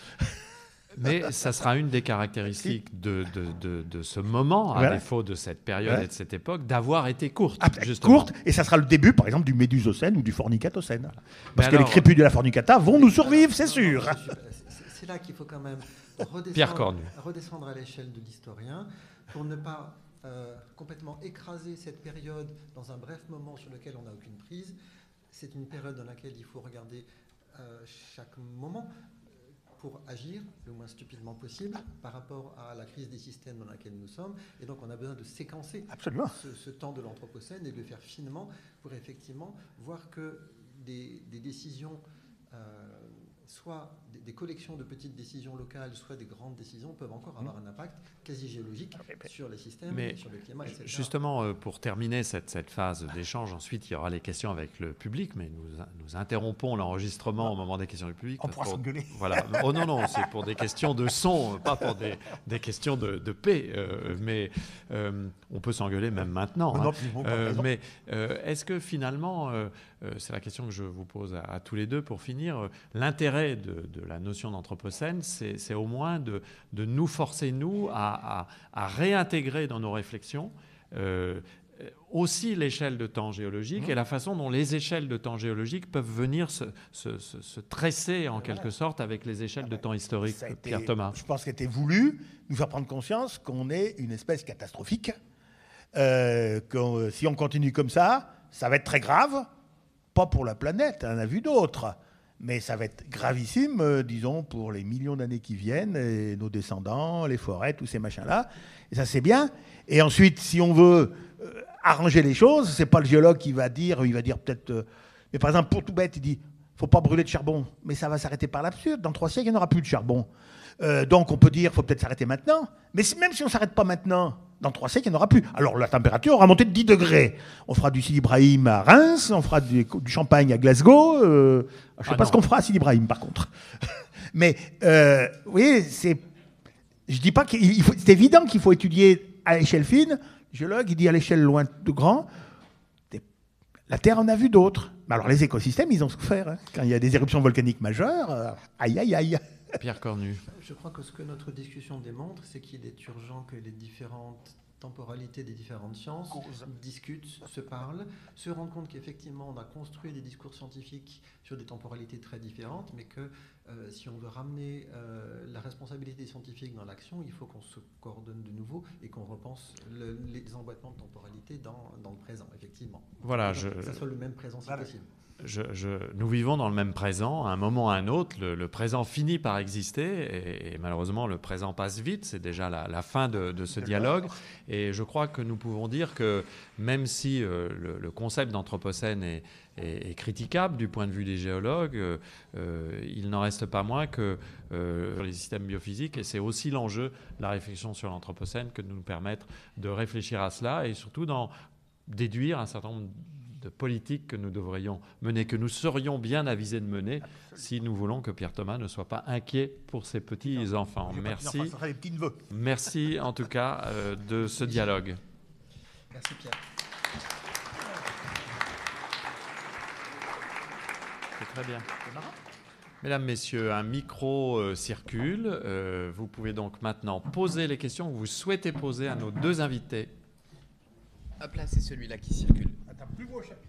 Mais ça sera une des caractéristiques de, de, de, de ce moment, à voilà. défaut de cette période ouais. et de cette époque, d'avoir été courte. Ah, justement. Courte, et ça sera le début, par exemple, du Médusocène ou du Fornicatocène. Voilà. Parce Mais que alors, les crépus de la Fornicata vont nous survivre, c'est sûr. Non, non, c'est, c'est là qu'il faut quand même Pierre redescendre, Cornu. redescendre à l'échelle de l'historien pour ne pas euh, complètement écraser cette période dans un bref moment sur lequel on n'a aucune prise. C'est une période dans laquelle il faut regarder euh, chaque moment pour agir le moins stupidement possible par rapport à la crise des systèmes dans laquelle nous sommes. Et donc, on a besoin de séquencer ce, ce temps de l'Anthropocène et de le faire finement pour effectivement voir que des, des décisions, euh, soit des, des collections de petites décisions locales, soit des grandes décisions, peuvent encore avoir un impact quasi géologique sur les systèmes, Mais sur le climat, et cetera. Justement, pour terminer cette, cette phase d'échange, ensuite, il y aura les questions avec le public, mais nous, nous interrompons l'enregistrement au moment des questions du public. On pourra pour, s'engueuler. Voilà. Oh non, non, c'est pour des questions de son, pas pour des, des questions de, de paix. Euh, mais euh, on peut s'engueuler même maintenant. Non, hein. non, euh, mais euh, est-ce que finalement, euh, euh, c'est la question que je vous pose à, à tous les deux pour finir, euh, l'intérêt de, de la notion d'anthropocène, c'est, c'est au moins de, de nous forcer, nous, à, à, à réintégrer dans nos réflexions euh, aussi l'échelle de temps géologique mmh. et la façon dont les échelles de temps géologique peuvent venir se, se, se, se tresser en quelque voilà. sorte avec les échelles ah ben, de temps historique. Pierre Thomas. Je pense qu'il était voulu nous faire prendre conscience qu'on est une espèce catastrophique, euh, que si on continue comme ça, ça va être très grave, pas pour la planète, on a vu d'autres, mais ça va être gravissime, euh, disons, pour les millions d'années qui viennent, et nos descendants, les forêts, tous ces machins-là. Et ça, c'est bien. Et ensuite, si on veut euh, arranger les choses, c'est pas le géologue qui va dire, il va dire peut-être... Euh, mais par exemple, pour tout bête, il dit, faut pas brûler de charbon. Mais ça va s'arrêter par l'absurde. Dans trois siècles, il n'y en aura plus de charbon. Euh, donc, on peut dire, faut peut-être s'arrêter maintenant. Mais si, même si on ne s'arrête pas maintenant, dans trois siècles, il n'y en aura plus. Alors, la température aura monté de dix degrés. On fera du Sidi Ibrahim à Reims, on fera du, du champagne à Glasgow. Euh, je ne sais ah pas non. ce qu'on fera à Sidi Ibrahim, par contre. Mais, euh, vous voyez, c'est... Je dis pas qu'il faut... C'est évident qu'il faut étudier à l'échelle fine. Le géologue, il dit à l'échelle loin de grand. La Terre en a vu d'autres. Mais alors, les écosystèmes, ils ont souffert. Hein. Quand il y a des éruptions volcaniques majeures, euh, aïe, aïe, aïe. Pierre Cornu. Je crois que ce que notre discussion démontre, c'est qu'il est urgent que les différentes temporalités des différentes sciences Cause. discutent, se parlent, se rendent compte qu'effectivement on a construit des discours scientifiques sur des temporalités très différentes, mais que euh, si on veut ramener euh, la responsabilité des scientifiques dans l'action, il faut qu'on se coordonne de nouveau et qu'on repense le, les emboîtements de temporalité dans, dans le présent, effectivement. Voilà, je, que je... ça soit le même présent si voilà. possible. Je, je, nous vivons dans le même présent, à un moment ou à un autre, le, le présent finit par exister et, et malheureusement le présent passe vite, c'est déjà la, la fin de, de ce dialogue et je crois que nous pouvons dire que même si euh, le, le concept d'anthropocène est, est, est critiquable du point de vue des géologues, euh, il n'en reste pas moins que euh, les systèmes biophysiques, et c'est aussi l'enjeu de la réflexion sur l'anthropocène que de nous permettre de réfléchir à cela et surtout d'en déduire un certain nombre de politique que nous devrions mener, que nous serions bien avisés de mener si nous voulons que Pierre Thomas ne soit pas inquiet pour ses petits-enfants. Merci. Ça sera les petits neveux. Merci en tout cas euh, de ce dialogue. Merci Pierre. C'est très bien. Mesdames, Messieurs, un micro euh, circule. Euh, vous pouvez donc maintenant poser les questions que vous souhaitez poser à nos deux invités. Hop là, c'est celui-là qui circule. Attends, plus gros chapitre.